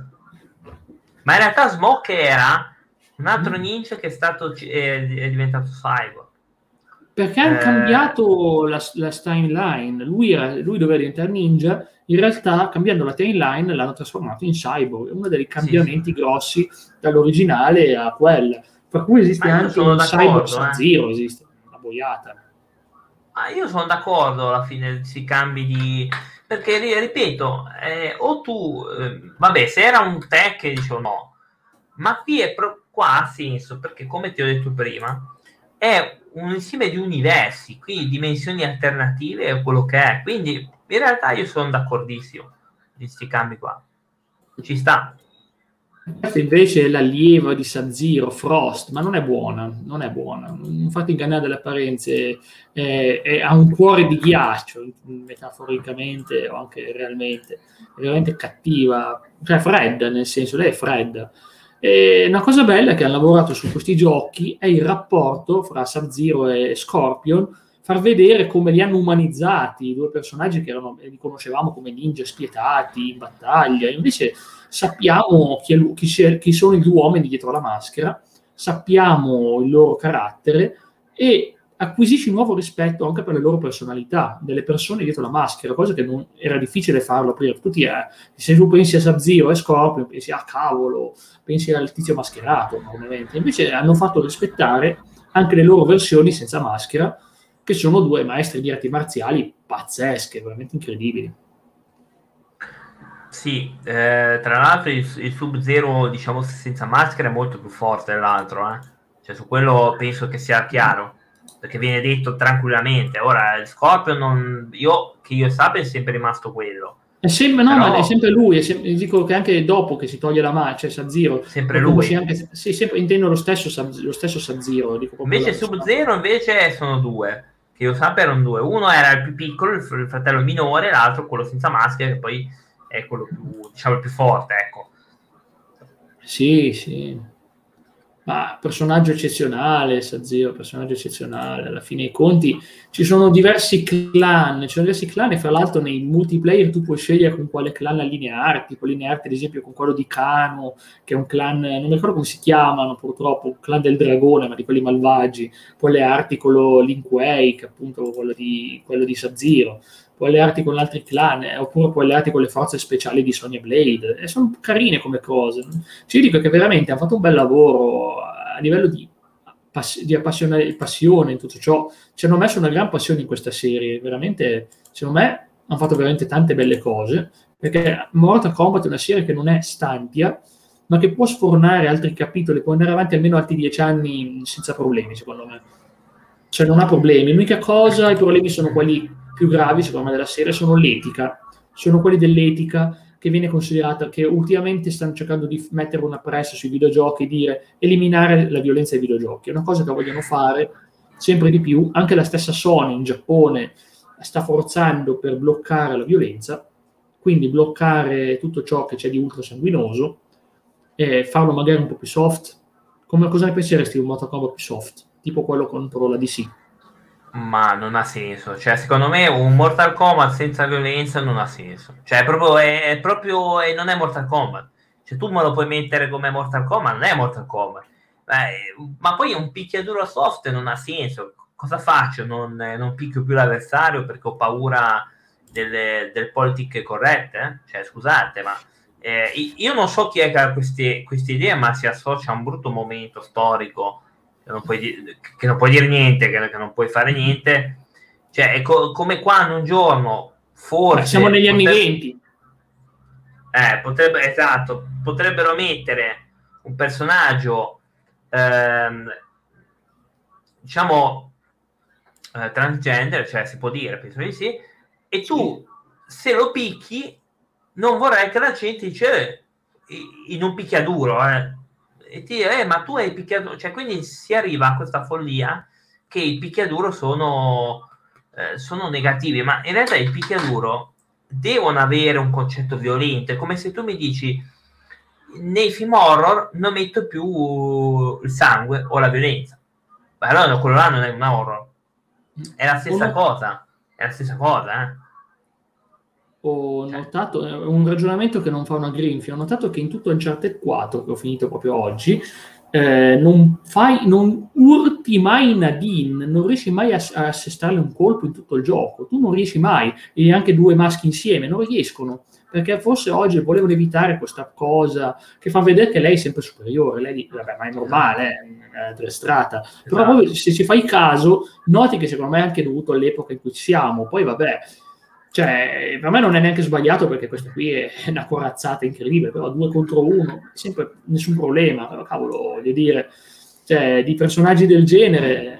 Ma in realtà Smoke era un altro ninja che è diventato cyborg. Perché hanno cambiato la timeline. Lui doveva diventare ninja, in realtà cambiando la timeline l'hanno trasformato in cyborg. È uno dei cambiamenti grossi dall'originale a quella. Per cui esiste anche un cyborg Sub-Zero, esiste una boiata. Io sono d'accordo alla fine si cambi di... Perché, ripeto, o tu... vabbè, se era un tech dicevo no. Ma qui qua ha senso, perché come ti ho detto prima, è un insieme di universi, quindi dimensioni alternative è quello che è. Quindi, in realtà io sono d'accordissimo di questi cambi qua. Ci sta. Questa invece è l'allieva di Sub-Zero, Frost, ma non è buona. Non fate ingannare dalle apparenze, ha un cuore di ghiaccio, metaforicamente o anche realmente, è veramente cattiva, cioè fredda, nel senso, lei è fredda. E una cosa bella che hanno lavorato su questi giochi è il rapporto fra Sub-Zero e Scorpion, far vedere come li hanno umanizzati, i due personaggi che li conoscevamo come ninja spietati in battaglia, invece sappiamo chi sono i due uomini dietro la maschera, sappiamo il loro carattere e acquisisci nuovo rispetto anche per le loro personalità, delle persone dietro la maschera, cosa che non era difficile farlo prima. Se tu pensi a Sub-Zero e Scorpion, pensi cavolo, pensi al tizio mascherato, ovviamente. Invece hanno fatto rispettare anche le loro versioni senza maschera, che sono due maestri di arti marziali pazzesche, veramente incredibili. Sì, tra l'altro il Sub-Zero, diciamo, senza maschera è molto più forte dell'altro, Cioè, su quello penso che sia chiaro, perché viene detto tranquillamente. Ora, il Scorpion, che io sappia, è sempre rimasto quello. È sempre lui, dico che anche dopo che si toglie la cioè Sub-Zero, sempre lui. Intendo lo stesso Sub-Zero. Invece Sub-Zero invece sono due, che io sappia erano due. Uno era il più piccolo, il fratello minore, l'altro quello senza maschera, che poi è quello più, diciamo, il più forte, ecco. Sì. Ma personaggio eccezionale, Sub-Zero, personaggio eccezionale. Alla fine dei conti ci sono diversi clan e fra l'altro nei multiplayer tu puoi scegliere con quale clan allinearti, puoi allinearti ad esempio con quello di Kano, che è un clan, non mi ricordo come si chiamano purtroppo, un clan del dragone, ma di quelli malvagi, puoi allinearti con lo Link Wake, appunto quello di Sub-Zero, puoi allearti con altri clan, oppure puoi allearti con le forze speciali di Sonya Blade, e sono carine come cose. Ci dico che veramente hanno fatto un bel lavoro a livello di passione in tutto ciò. Ci hanno messo una gran passione in questa serie, veramente, secondo me, hanno fatto veramente tante belle cose, perché Mortal Kombat è una serie che non è stantia, ma che può sfornare altri capitoli, può andare avanti almeno altri 10 anni senza problemi, secondo me. Cioè non ha problemi. L'unica cosa, i problemi sono quelli più gravi, secondo me, della serie, sono l'etica. Sono quelli dell'etica che viene considerata, che ultimamente stanno cercando di mettere una pressa sui videogiochi e dire eliminare la violenza ai videogiochi. È una cosa che vogliono fare sempre di più. Anche la stessa Sony in Giappone sta forzando per bloccare la violenza, quindi bloccare tutto ciò che c'è di ultra sanguinoso e farlo magari un po' più soft. Cosa ne penseresti di un Mortal Kombat più soft? Tipo quello contro la DC? Ma non ha senso, cioè secondo me un Mortal Kombat senza violenza non ha senso, cioè è proprio non è Mortal Kombat, cioè tu me lo puoi mettere come Mortal Kombat, non è Mortal Kombat, ma poi un picchiaduro soft non ha senso. Cosa faccio? Non picchio più l'avversario perché ho paura del politiche corrette? Cioè scusate, ma io non so chi è che ha queste idee, ma si associa a un brutto momento storico che non puoi dire niente, che non puoi fare niente, cioè è come quando un giorno forse siamo negli anni 20, potrebbero mettere un personaggio diciamo transgender, cioè si può dire, penso di sì, e tu se lo picchi non vorrei che la gente dice in un picchiaduro e ti dire ma tu hai picchiato, cioè quindi si arriva a questa follia che i picchiaduro sono negativi, ma in realtà il picchiaduro devono avere un concetto violento. È come se tu mi dici nei film horror non metto più il sangue o la violenza, ma allora quello là non è un horror, è la stessa cosa, Ho notato un ragionamento che non fa una grinfia. Ho notato che in tutto Uncharted 4, che ho finito proprio oggi, non urti mai Nadine, non riesci mai a assestarle un colpo in tutto il gioco. Tu non riesci mai, e anche due maschi insieme non riescono, perché forse oggi volevano evitare questa cosa che fa vedere che lei è sempre superiore. Lei, vabbè, ma è normale, è addestrata. Però proprio, se ci fai caso, noti che secondo me è anche dovuto all'epoca in cui siamo. Poi vabbè, cioè, per me non è neanche sbagliato, perché questa qui è una corazzata incredibile, però 2 contro 1, sempre nessun problema. Però cavolo, voglio dire, cioè, di personaggi del genere...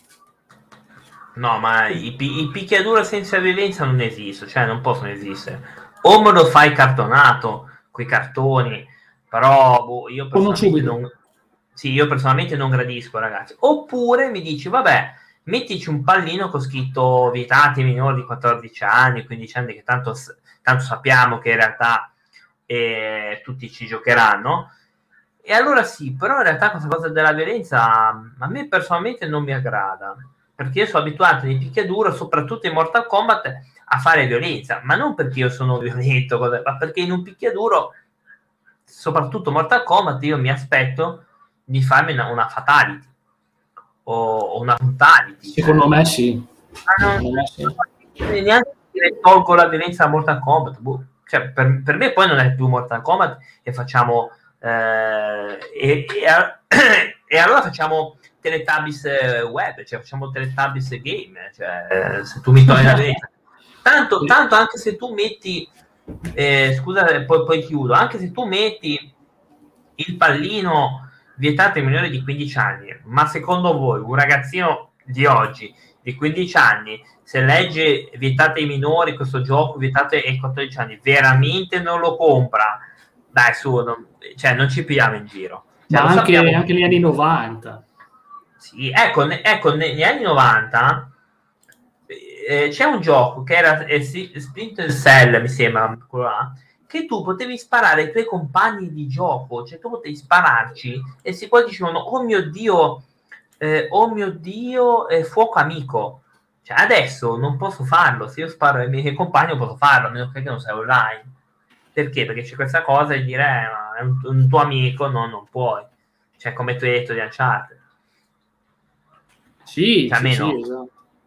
No, ma i picchiaduro senza violenza non esistono, cioè non possono esistere. O me lo fai cartonato, quei cartoni, però io personalmente non gradisco, ragazzi. Oppure mi dici, vabbè, mettici un pallino con scritto vietati ai minori di 14 anni, 15 anni, che tanto sappiamo che in realtà tutti ci giocheranno, e allora sì. Però in realtà questa cosa della violenza a me personalmente non mi aggrada, perché io sono abituato nei picchiaduro, soprattutto in Mortal Kombat, a fare violenza, ma non perché io sono violento, ma perché in un picchiaduro, soprattutto Mortal Kombat, io mi aspetto di farmi una fatality o una brutality. Secondo me sì. Neanche tolgo la violenza a Mortal Kombat. Cioè, per me poi non è più Mortal Kombat e facciamo e allora facciamo Teletubbies web, cioè facciamo Teletubbies game, cioè se tu mi togli la violenza, tanto anche se tu metti scusa, poi chiudo, anche se tu metti il pallino vietato ai minori di 15 anni, ma secondo voi un ragazzino di oggi di 15 anni, se legge vietato ai minori questo gioco, vietato ai 14 anni, veramente non lo compra? Dai, su, non ci pigliamo in giro. Cioè, ma anche negli anni 90. Sì, ecco, negli anni 90 c'è un gioco che era Splinter Cell, mi sembra, quello là, che tu potevi sparare ai tuoi compagni di gioco, cioè tu potevi spararci e si poi dicevano oh mio Dio, fuoco amico. Cioè, adesso non posso farlo, se io sparo ai miei compagni non posso farlo, a meno che non sei online. Perché? Perché c'è questa cosa di dire ma è un tuo amico, no, non puoi. Cioè, come tu hai detto di Uncharted. Sì, cioè, sì, esatto.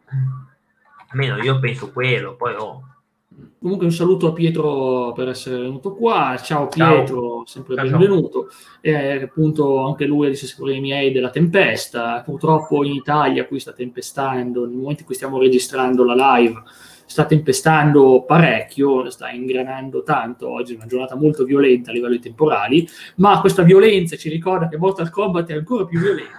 Almeno io penso quello, poi Comunque un saluto a Pietro per essere venuto qua. Ciao Pietro, sempre ciao. benvenuto. Appunto anche lui ha gli stessi problemi miei della tempesta. Purtroppo in Italia qui sta tempestando, nel momento in cui stiamo registrando la live, sta tempestando parecchio, sta ingranando tanto. Oggi è una giornata molto violenta a livello di temporali, ma questa violenza ci ricorda che Mortal Kombat è ancora più violento.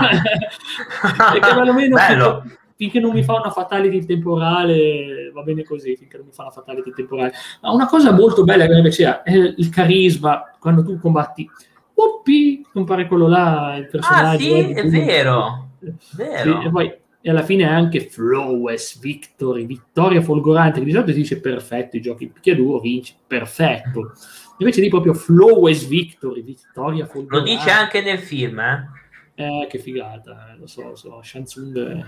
E che almeno finché non mi fa una fatality temporale va bene così, finché non mi fa una fatality temporale. Ma una cosa molto bella che mi piaceva è il carisma quando tu combatti. Uppi, compare quello là, il personaggio. Sì, è vero. Sì, e poi e alla fine è anche flawless victory, vittoria folgorante, che di solito si dice perfetto, i giochi picchiaduro vinci, perfetto. Invece di proprio flawless victory, vittoria folgorante. Lo dice anche nel film, che figata, lo so, Shang Tsung.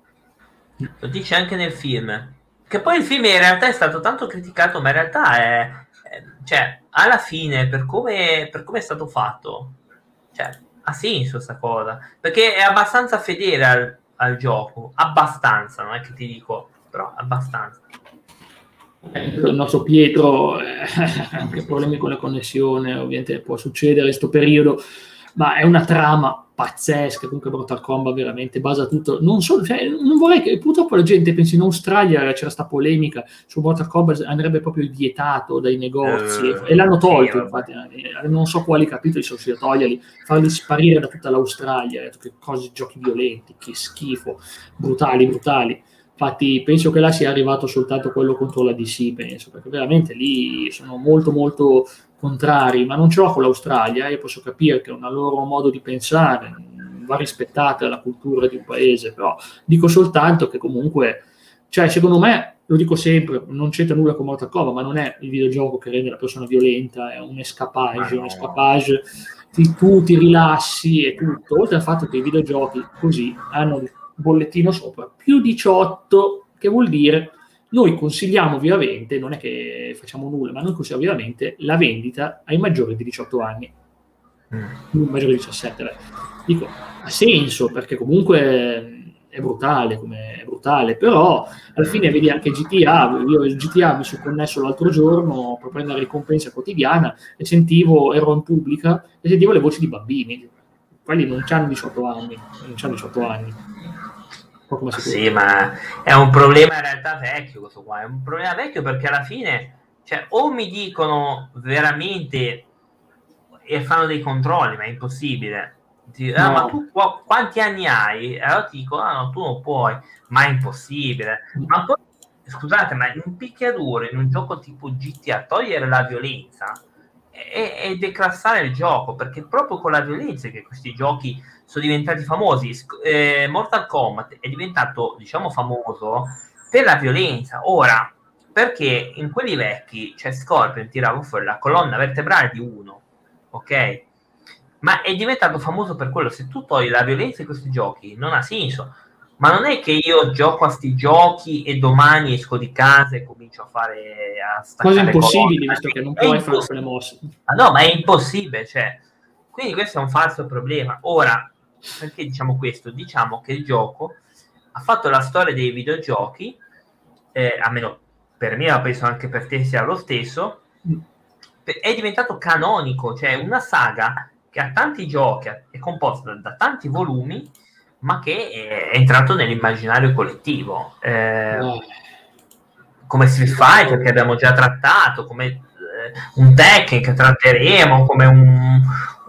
Lo dice anche nel film. Che poi il film in realtà è stato tanto criticato, ma in realtà cioè, alla fine, per come è stato fatto, cioè, ha senso sta cosa. Perché è abbastanza fedele al gioco. Abbastanza, non è che ti dico, però abbastanza. Il nostro Pietro ha anche problemi con la connessione, ovviamente può succedere in questo periodo, ma è una trama pazzesca. Comunque Mortal Kombat veramente basa tutto, non solo, cioè, non vorrei che purtroppo la gente pensi in Australia c'era sta polemica su Mortal Kombat, andrebbe proprio vietato dai negozi e l'hanno tolto, infatti non so quali capitoli sono riusciti a toglierli, farli sparire da tutta l'Australia, che cose, giochi violenti, che schifo, brutali. Infatti penso che là sia arrivato soltanto quello contro la DC, penso, perché veramente lì sono molto molto contrari, ma non ce l'ho con l'Australia, io posso capire che è un loro modo di pensare, va rispettata la cultura di un paese, però dico soltanto che comunque, cioè secondo me, lo dico sempre, non c'entra nulla con Mortal Kombat, ma non è il videogioco che rende la persona violenta, è un escapage, tu ti rilassi e tutto, oltre al fatto che i videogiochi così hanno il bollettino sopra, più 18, che vuol dire noi consigliamo vivamente, non è che facciamo nulla, ma noi consigliamo vivamente la vendita ai maggiori di 18 anni, maggiori di 17. Dico, ha senso, perché comunque è brutale, però alla fine vedi anche GTA, io il GTA mi sono connesso l'altro giorno per prendere la ricompensa quotidiana e ero in pubblica e sentivo le voci di bambini, quelli non hanno 18 anni. Sì, ma è un problema in realtà vecchio questo qua, è un problema vecchio perché alla fine, cioè, o mi dicono veramente e fanno dei controlli, ma è impossibile. No. Ma tu quanti anni hai? Allora ti dico, no, tu non puoi, ma è impossibile. Ma poi, scusate, ma in un picchiaduro, in un gioco tipo GTA, togliere la violenza e declassare il gioco, perché proprio con la violenza che questi giochi sono diventati famosi. Mortal Kombat è diventato, diciamo, famoso per la violenza. Ora, perché in quelli vecchi, cioè Scorpion tirava fuori la colonna vertebrale di uno, ok? Ma è diventato famoso per quello. Se tu togli la violenza in questi giochi, non ha senso. Ma non è che io gioco a sti giochi e domani esco di casa e comincio a cose impossibili, visto che non puoi fare quelle mosse. No, ma è impossibile, cioè. Quindi questo è un falso problema. Ora, perché diciamo questo? Diciamo che il gioco ha fatto la storia dei videogiochi, almeno per me, ma penso anche per te sia lo stesso, è diventato canonico, cioè una saga che ha tanti giochi, è composta da tanti volumi, ma che è entrato nell'immaginario collettivo. Come Street Fighter, che abbiamo già trattato, come un Tekken che tratteremo, come un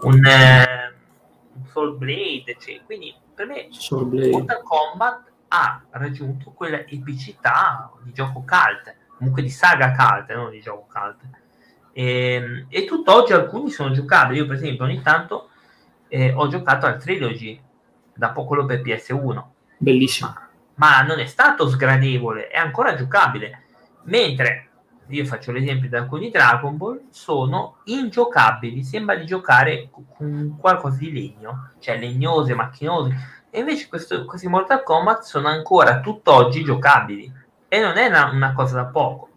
Soul Blade, cioè, quindi per me Mortal Kombat ha raggiunto quella epicità di gioco cult, comunque di saga cult, non di gioco cult. E tutt'oggi alcuni sono giocabili. Io per esempio ogni tanto ho giocato al Trilogy, da poco quello per PS1, bellissimo, ma non è stato sgradevole, è ancora giocabile, mentre io faccio l'esempio di alcuni Dragon Ball, sono ingiocabili, sembra di giocare con qualcosa di legno, cioè legnose, macchinosi, e invece questi Mortal Kombat sono ancora tutt'oggi giocabili, e non è una cosa da poco.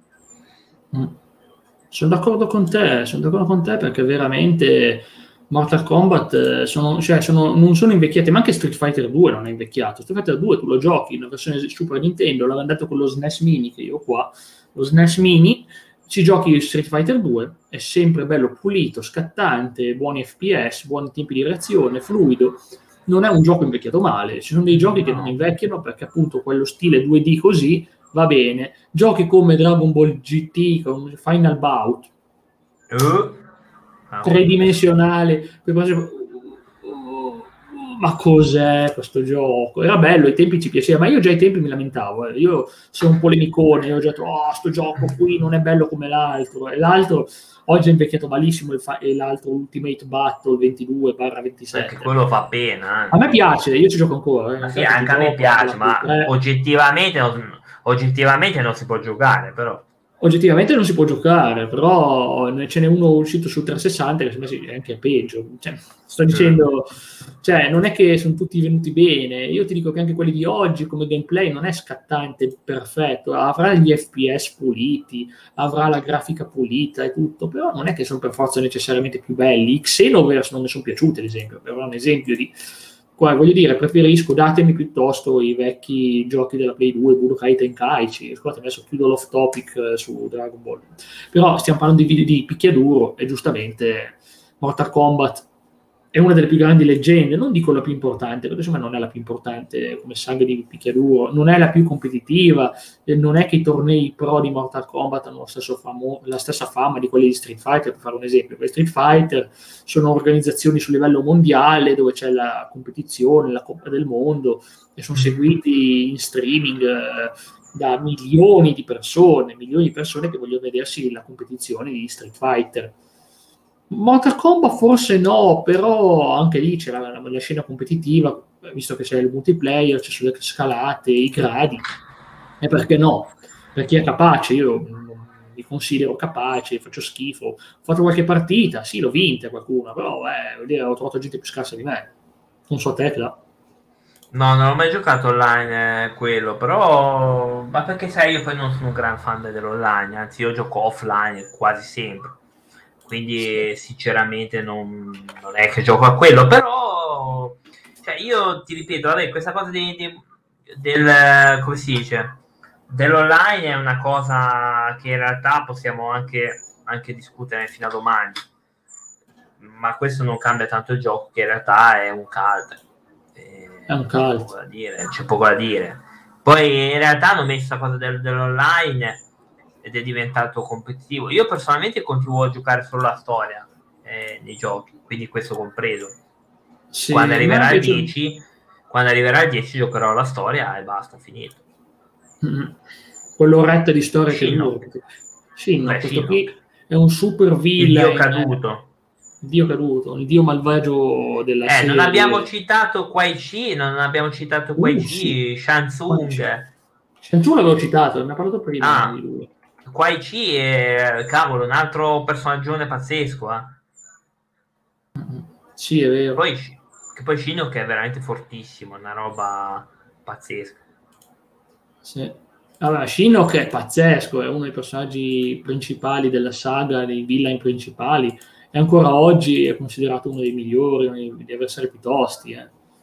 Sono d'accordo con te perché veramente Mortal Kombat non sono invecchiati, ma anche Street Fighter 2 non è invecchiato. Street Fighter 2 tu lo giochi in una versione Super Nintendo, l'avevano dato con lo SNES Mini che io ho qua, lo SNES Mini, ci giochi Street Fighter 2, è sempre bello pulito, scattante, buoni FPS, buoni tempi di reazione, fluido. Non è un gioco invecchiato male, ci sono dei giochi che non invecchiano perché appunto quello stile 2D così va bene. Giochi come Dragon Ball GT con Final Bout tridimensionale, ma cos'è questo gioco? Era bello, ai tempi ci piaceva, ma io già ai tempi mi lamentavo, io sono un polemicone, io ho detto sto gioco qui non è bello come l'altro, e l'altro oggi è invecchiato malissimo, e l'altro Ultimate Battle 22/27. Anche quello fa pena. A me piace, io ci gioco ancora. Sì, anche a me piace, ma oggettivamente non si può giocare, però. Oggettivamente non si può giocare, però ce n'è uno uscito su 360 che secondo me è anche peggio. Cioè, sto dicendo, non è che sono tutti venuti bene. Io ti dico che anche quelli di oggi come gameplay non è scattante perfetto, avrà gli FPS puliti, avrà la grafica pulita e tutto, però non è che sono per forza necessariamente più belli. I Xenoverse non mi sono piaciuti, ad esempio, però è un esempio di... voglio dire, preferisco, datemi piuttosto i vecchi giochi della Play 2, Budokai Tenkaichi. Scusate, adesso chiudo l'off topic su Dragon Ball, però stiamo parlando di picchiaduro, e giustamente Mortal Kombat è una delle più grandi leggende, non dico la più importante, perché insomma non è la più importante come saga di picchiaduro, non è la più competitiva, non è che i tornei pro di Mortal Kombat hanno la stessa fama di quelli di Street Fighter, per fare un esempio. Per Street Fighter sono organizzazioni su livello mondiale dove c'è la competizione, la Coppa del Mondo, e sono seguiti in streaming da milioni di persone che vogliono vedersi la competizione di Street Fighter. Mortal Kombat forse no, però anche lì c'è la scena competitiva, visto che c'è il multiplayer, c'è sulle scalate, i gradi, e perché no? Per chi è capace, io mi considero capace, faccio schifo, ho fatto qualche partita, sì, l'ho vinta qualcuna, però ho trovato gente più scarsa di me. Non so te, là. No, non ho mai giocato online quello, però... Ma perché sai, io poi non sono un gran fan dell'online, anzi io gioco offline quasi sempre. Quindi sinceramente non è che gioco a quello, però io ti ripeto, vabbè, questa cosa del come si dice, dell'online è una cosa che in realtà possiamo anche discutere fino a domani, ma questo non cambia tanto il gioco, che in realtà è un cult. È un cult. C'è poco da dire. Poi in realtà hanno messo la cosa dell'online ed è diventato competitivo. Io personalmente continuo a giocare solo la storia nei giochi, quindi questo compreso. Sì, quando arriverà il 10 giocherò la storia e basta, finito. Quell'oretta di storia che dura. Sì, no, questo qui è un super villain. Il dio caduto, il dio malvagio della serie. Non abbiamo citato Kuai Chi, sì. Shang Tsung. Shang Tsung l'avevo citato, ne ho parlato prima di lui. Kuai Chi è, cavolo, un altro personaggione pazzesco. Sì, è vero. Poi Shinnok è veramente fortissimo, una roba pazzesca. Sì. Allora, Shinnok è pazzesco, è uno dei personaggi principali della saga, dei villain principali, e ancora oggi è considerato uno dei migliori, degli avversari più tosti.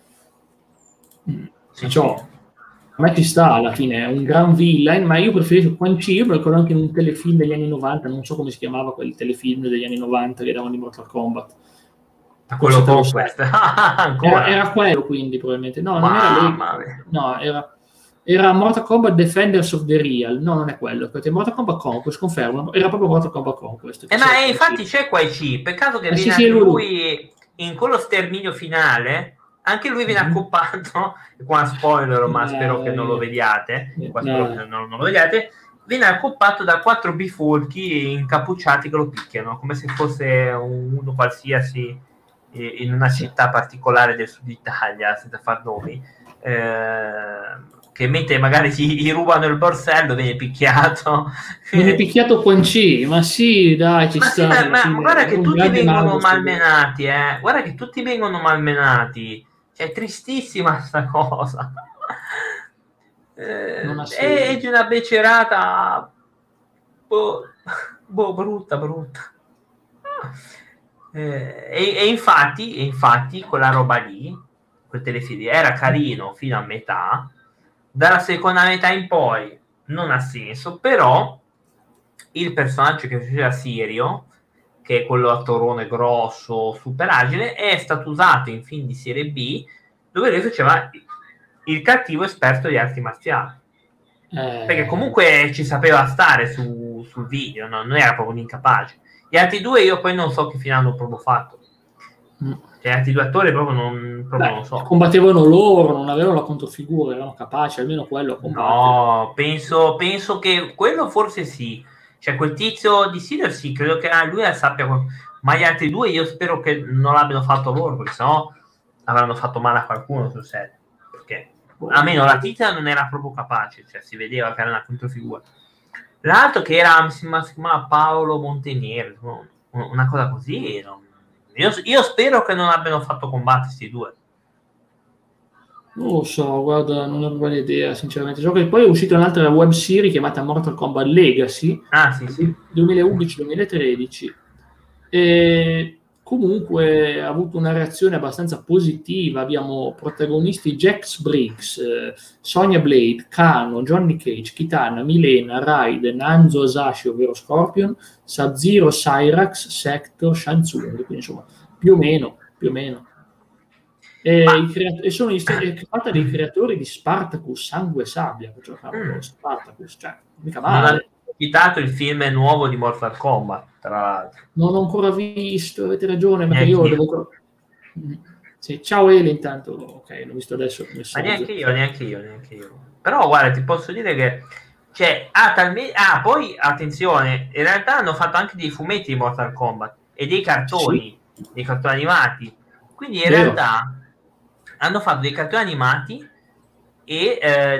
Perciò a me ci sta, alla fine è un gran villain, ma io preferisco Quan Chi. Io me lo ricordo anche in un telefilm degli anni 90, non so come si chiamava quel telefilm degli anni 90 che davano di Mortal Kombat. Quello Conquest. Era quello, quindi probabilmente. No, non era lei. No, era Mortal Kombat Defenders of the Real. No, non è quello. Perché Mortal Kombat Conquest, confermo, era proprio Mortal Kombat Conquest. Ma infatti c'è Kuai Chi, peccato che viene anche lui in quello sterminio finale. Anche lui viene accoppato, qua spoiler, ma spero che non lo vediate, non lo vediate, viene accoppato da 4 bifolchi incappucciati che lo picchiano, come se fosse uno qualsiasi in una città particolare del sud Italia, senza far nomi, che mentre magari gli rubano il borsello viene picchiato. Viene picchiato Quan Chi, ma sì, dai, ci sta. Ma guarda che tutti vengono malmenati, guarda che tutti vengono malmenati, cioè è tristissima sta cosa. È di una becerata brutta. E infatti quella roba lì, quel telefilm era carino fino a metà, dalla seconda metà in poi non ha senso, però il personaggio che faceva Sirio, che è quello attorone grosso, super agile, è stato usato in film di serie B, dove lui faceva il cattivo esperto di arti marziali. Perché comunque ci sapeva stare sul video, no? Non era proprio un incapace. Gli altri due io poi non so che fine hanno proprio fatto. Cioè, gli altri due attori proprio non so. Combattevano loro, non avevano la controfigura, erano capaci, almeno quello a combattere. No, penso che quello forse sì. Cioè, quel tizio di Sirio sì, credo che lui sappia. Ma gli altri due io spero che non l'abbiano fatto loro, perché sennò avranno fatto male a qualcuno sul set. Perché almeno la tizia non era proprio capace, cioè si vedeva che era una controfigura. L'altro che era, si chiamava Paolo Montenieri, una cosa così. Io spero che non abbiano fatto combattere questi due. Non lo so, guarda, non ho buona idea, sinceramente. So che poi è uscita un'altra web series chiamata Mortal Kombat Legacy, sì. 2011-2013. E comunque ha avuto una reazione abbastanza positiva. Abbiamo protagonisti Jax Briggs, Sonya Blade, Kano, Johnny Cage, Kitana, Milena, Raiden, Hanzo Hasashi, ovvero Scorpion, Sub-Zero, Cyrax, Sector, Shang Tsung, quindi insomma più o meno. E sono fatta dei creatori di Spartacus, Sangue e Sabbia, Spartacus, cioè mica male. Non ho citato il film nuovo di Mortal Kombat, tra l'altro. Non ho ancora visto, avete ragione, ma io devo... Sì, ciao Eli, intanto, ok, l'ho visto adesso. Ma neanche io. Però guarda, ti posso dire che poi attenzione, in realtà hanno fatto anche dei fumetti di Mortal Kombat e dei cartoni, dei cartoni animati. Quindi in realtà hanno fatto dei cartoni animati e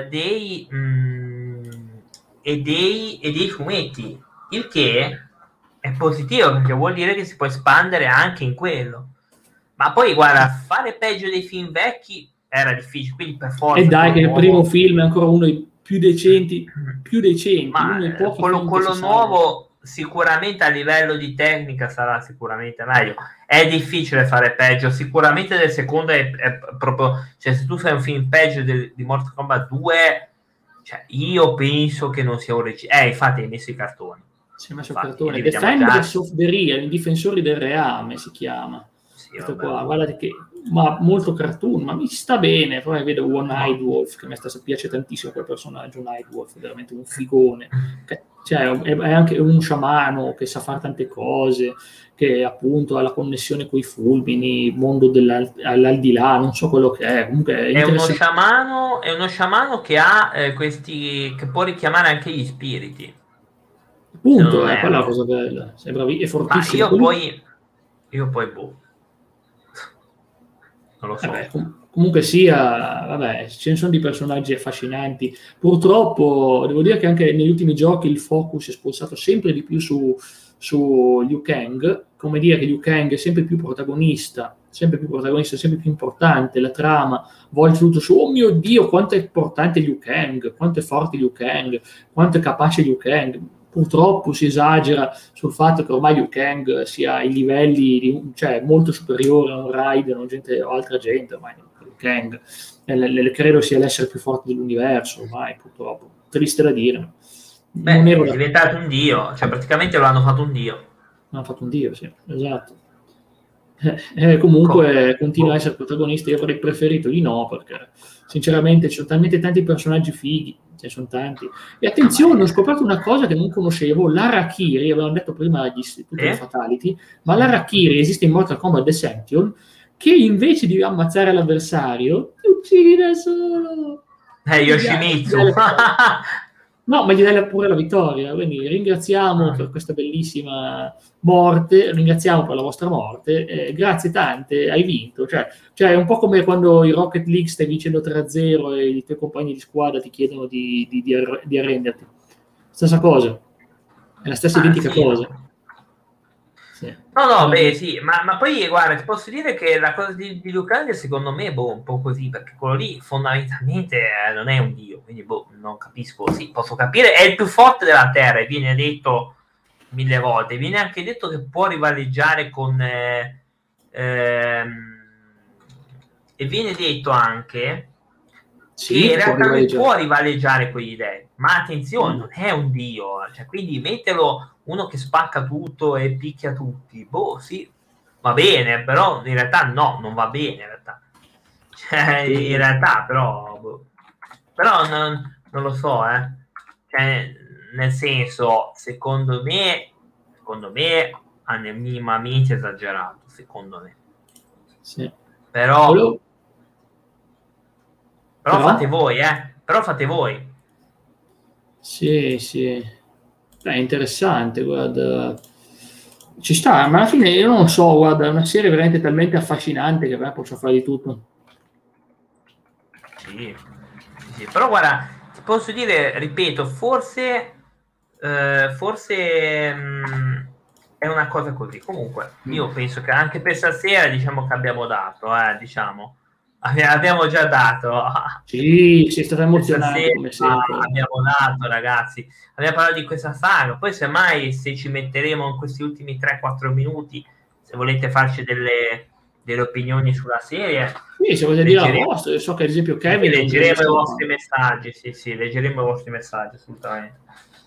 dei fumetti, il che è positivo perché vuol dire che si può espandere anche in quello. Ma poi guarda, fare peggio dei film vecchi era difficile, quindi per forza. E dai, che il primo film è ancora uno dei più decenti. Ma uno dei pochi quello nuovo sicuramente a livello di tecnica sarà sicuramente meglio. È difficile fare peggio, sicuramente del secondo è proprio, cioè se tu fai un film peggio di Mortal Kombat 2, cioè io penso che non sia un regista. Infatti hai messo i cartoni. Si è messo il cartone. Defenders of the Real, i difensori del reame si chiama. Questo qua, guardate che molto cartoon, ma mi sta bene. Poi vedo One Eyed Wolf, che a me piace tantissimo quel personaggio. One Eyed Wolf è veramente un figone, cioè è anche un sciamano che sa fare tante cose, che appunto ha la connessione con i fulmini, mondo all'aldilà, non so quello che è. Comunque è uno sciamano che ha questi, che può richiamare anche gli spiriti. Appunto, quella è la cosa bella. È fortissimo. Io poi non lo so. Comunque sia, vabbè, ce ne sono di personaggi affascinanti. Purtroppo devo dire che anche negli ultimi giochi il focus è spostato sempre di più su Liu Kang, come dire che Liu Kang è sempre più protagonista, sempre più importante, la trama volge tutto su, oh mio Dio, quanto è importante Liu Kang, quanto è forte Liu Kang, quanto è capace Liu Kang. Purtroppo si esagera sul fatto che ormai Liu Kang sia ai livelli cioè molto superiore a un Raiden o altra gente. Ormai Liu Kang credo sia l'essere più forte dell'universo ormai, purtroppo, triste da dire. È diventato un dio, cioè praticamente lo hanno fatto un dio. Hanno fatto un dio, sì, esatto. Comunque continua a essere protagonista. Io avrei preferito di no, perché sinceramente ci sono talmente tanti personaggi fighi, ce ne sono tanti. E attenzione, ho scoperto una cosa che non conoscevo: l'Harakiri, avevamo detto prima tutte le fatality, ma l'Harakiri esiste in Mortal Kombat Deception, che invece di ammazzare l'avversario ti uccidi da solo. Yoshimitsu. No, ma gli dai pure la vittoria, quindi ringraziamo per questa bellissima morte, ringraziamo per la vostra morte, grazie tante, hai vinto, cioè è un po' come quando i Rocket League stai vincendo 3-0 e i tuoi compagni di squadra ti chiedono di arrenderti. Stessa cosa, è la stessa identica cosa. Sì. No, beh, sì, ma poi guarda, ti posso dire che la cosa di Lucadia secondo me un po' così, perché quello lì fondamentalmente non è un dio, quindi non capisco, sì, posso capire, è il più forte della Terra, e viene detto 1000 volte, viene anche detto che può rivaleggiare con e viene detto anche che in realtà può rivaleggiare con gli dei, ma attenzione, non è un dio, cioè, quindi metterlo uno che spacca tutto e picchia tutti, sì, va bene, però in realtà no, non va bene in realtà, cioè, in realtà però non lo so, cioè, nel senso, secondo me hanno minimamente esagerato, secondo me, sì. però fate voi, però fate voi. Sì. È interessante, guarda. Ci sta, ma alla fine io non so, guarda, è una serie veramente talmente affascinante che a me posso fare di tutto. Sì, però guarda, ti posso dire, ripeto, forse è una cosa così. Comunque, io penso che anche per stasera, diciamo che abbiamo dato, abbiamo già dato. Sì, è stato emozionante come sempre. Abbiamo dato, ragazzi, abbiamo parlato di questa saga, poi semmai se ci metteremo in questi ultimi 3-4 minuti, se volete farci delle opinioni sulla serie, sì, se volete dire la vostra, io so che ad esempio Kevin leggeremo i vostri messaggi, sì, leggeremo i vostri messaggi assolutamente.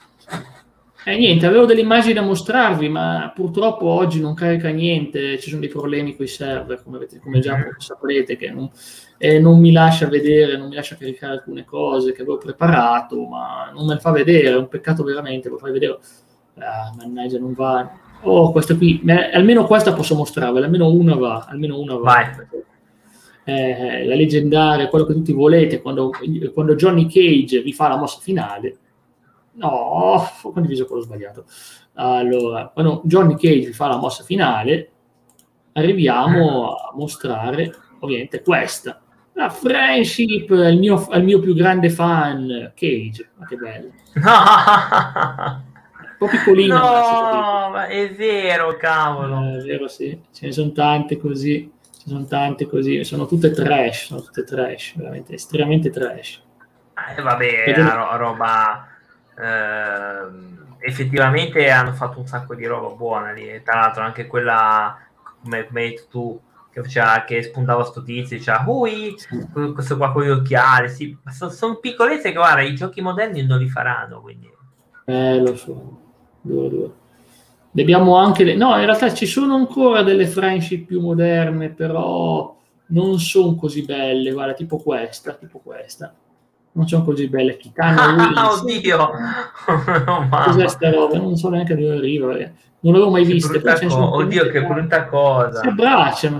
Niente, avevo delle immagini da mostrarvi, ma purtroppo oggi non carica niente, ci sono dei problemi con i server, come già saprete, che non mi lascia vedere, non mi lascia caricare alcune cose che avevo preparato, ma non me le fa vedere, è un peccato veramente, lo fai vedere, mannaggia, non va. Questa qui, almeno questa posso mostrarvela, almeno una va. Vai. La leggendaria, quello che tutti volete, quando Johnny Cage vi fa la mossa finale. No, ho condiviso quello sbagliato. Allora, quando Johnny Cage fa la mossa finale, arriviamo a mostrare ovviamente questa, la friendship, il mio più grande fan, Cage. Ma che bello. Un po' piccolina. No, ma è vero, cavolo. È vero, sì. Ce ne sono tante così. Sono tutte trash, veramente estremamente trash. Vabbè, roba... effettivamente hanno fatto un sacco di roba buona lì. Tra l'altro anche quella, come hai detto tu, che spuntava sto tizio, diceva questo qua con gli occhiali, sì, sono piccolezze che guarda, i giochi moderni non li faranno, quindi lo so, duro. Abbiamo anche no, in realtà ci sono ancora delle friendship più moderne, però non sono così belle, guarda, tipo questa non sono così belle. oddio, cos'è sta roba? Non so neanche dove arriva, non l'avevo mai vista. Oddio, che brutta cosa. Si abbracciano.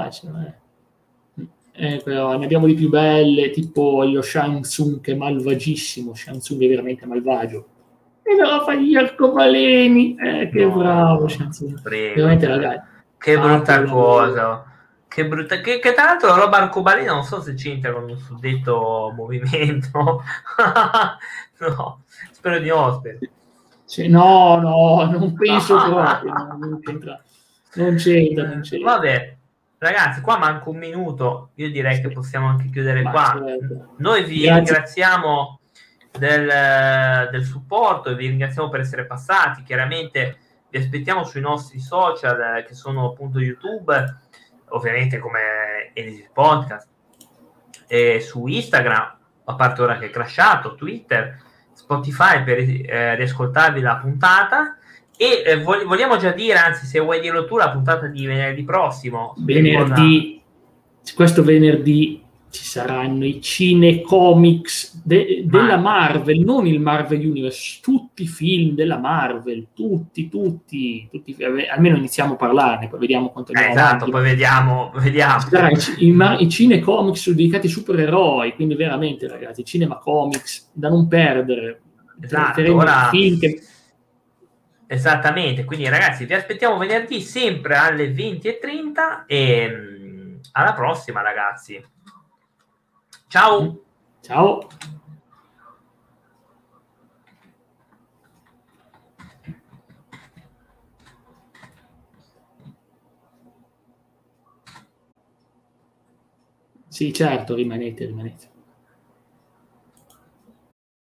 Però ne abbiamo di più belle, tipo lo Shang Tsung, che è malvagissimo. Shang Tsung è veramente malvagio. E lo fa gli arcobaleni. Che bravo Shang Tsung. Veramente, ragazzi. Che brutta cosa. Che brutta, che tra l'altro la roba arcobaleno non so se c'entra con un suddetto movimento. No, spero di no. No, non penso proprio. Non c'entra. Vabbè, ragazzi, qua manca un minuto. Io direi che possiamo anche chiudere qua. Certo. Noi vi ringraziamo del supporto e vi ringraziamo per essere passati. Chiaramente vi aspettiamo sui nostri social, che sono appunto YouTube, ovviamente come Easy Podcast, e su Instagram, a parte ora che è crashato, Twitter, Spotify per riascoltarvi la puntata. E vogliamo già dire, anzi, se vuoi dirlo tu, la puntata di venerdì prossimo. Questo venerdì ci saranno i cinecomics della Marvel, non il Marvel Universe, tutti i film della Marvel, tutti, almeno iniziamo a parlarne, poi vediamo quanto andiamo avanti. Poi vediamo. I cinecomics dedicati ai supereroi, quindi veramente, ragazzi, cinema comics da non perdere. Esatto, ora... Esattamente, quindi ragazzi vi aspettiamo venerdì sempre alle 20:30 e alla prossima ragazzi. Ciao! Ciao! Sì, certo, rimanete.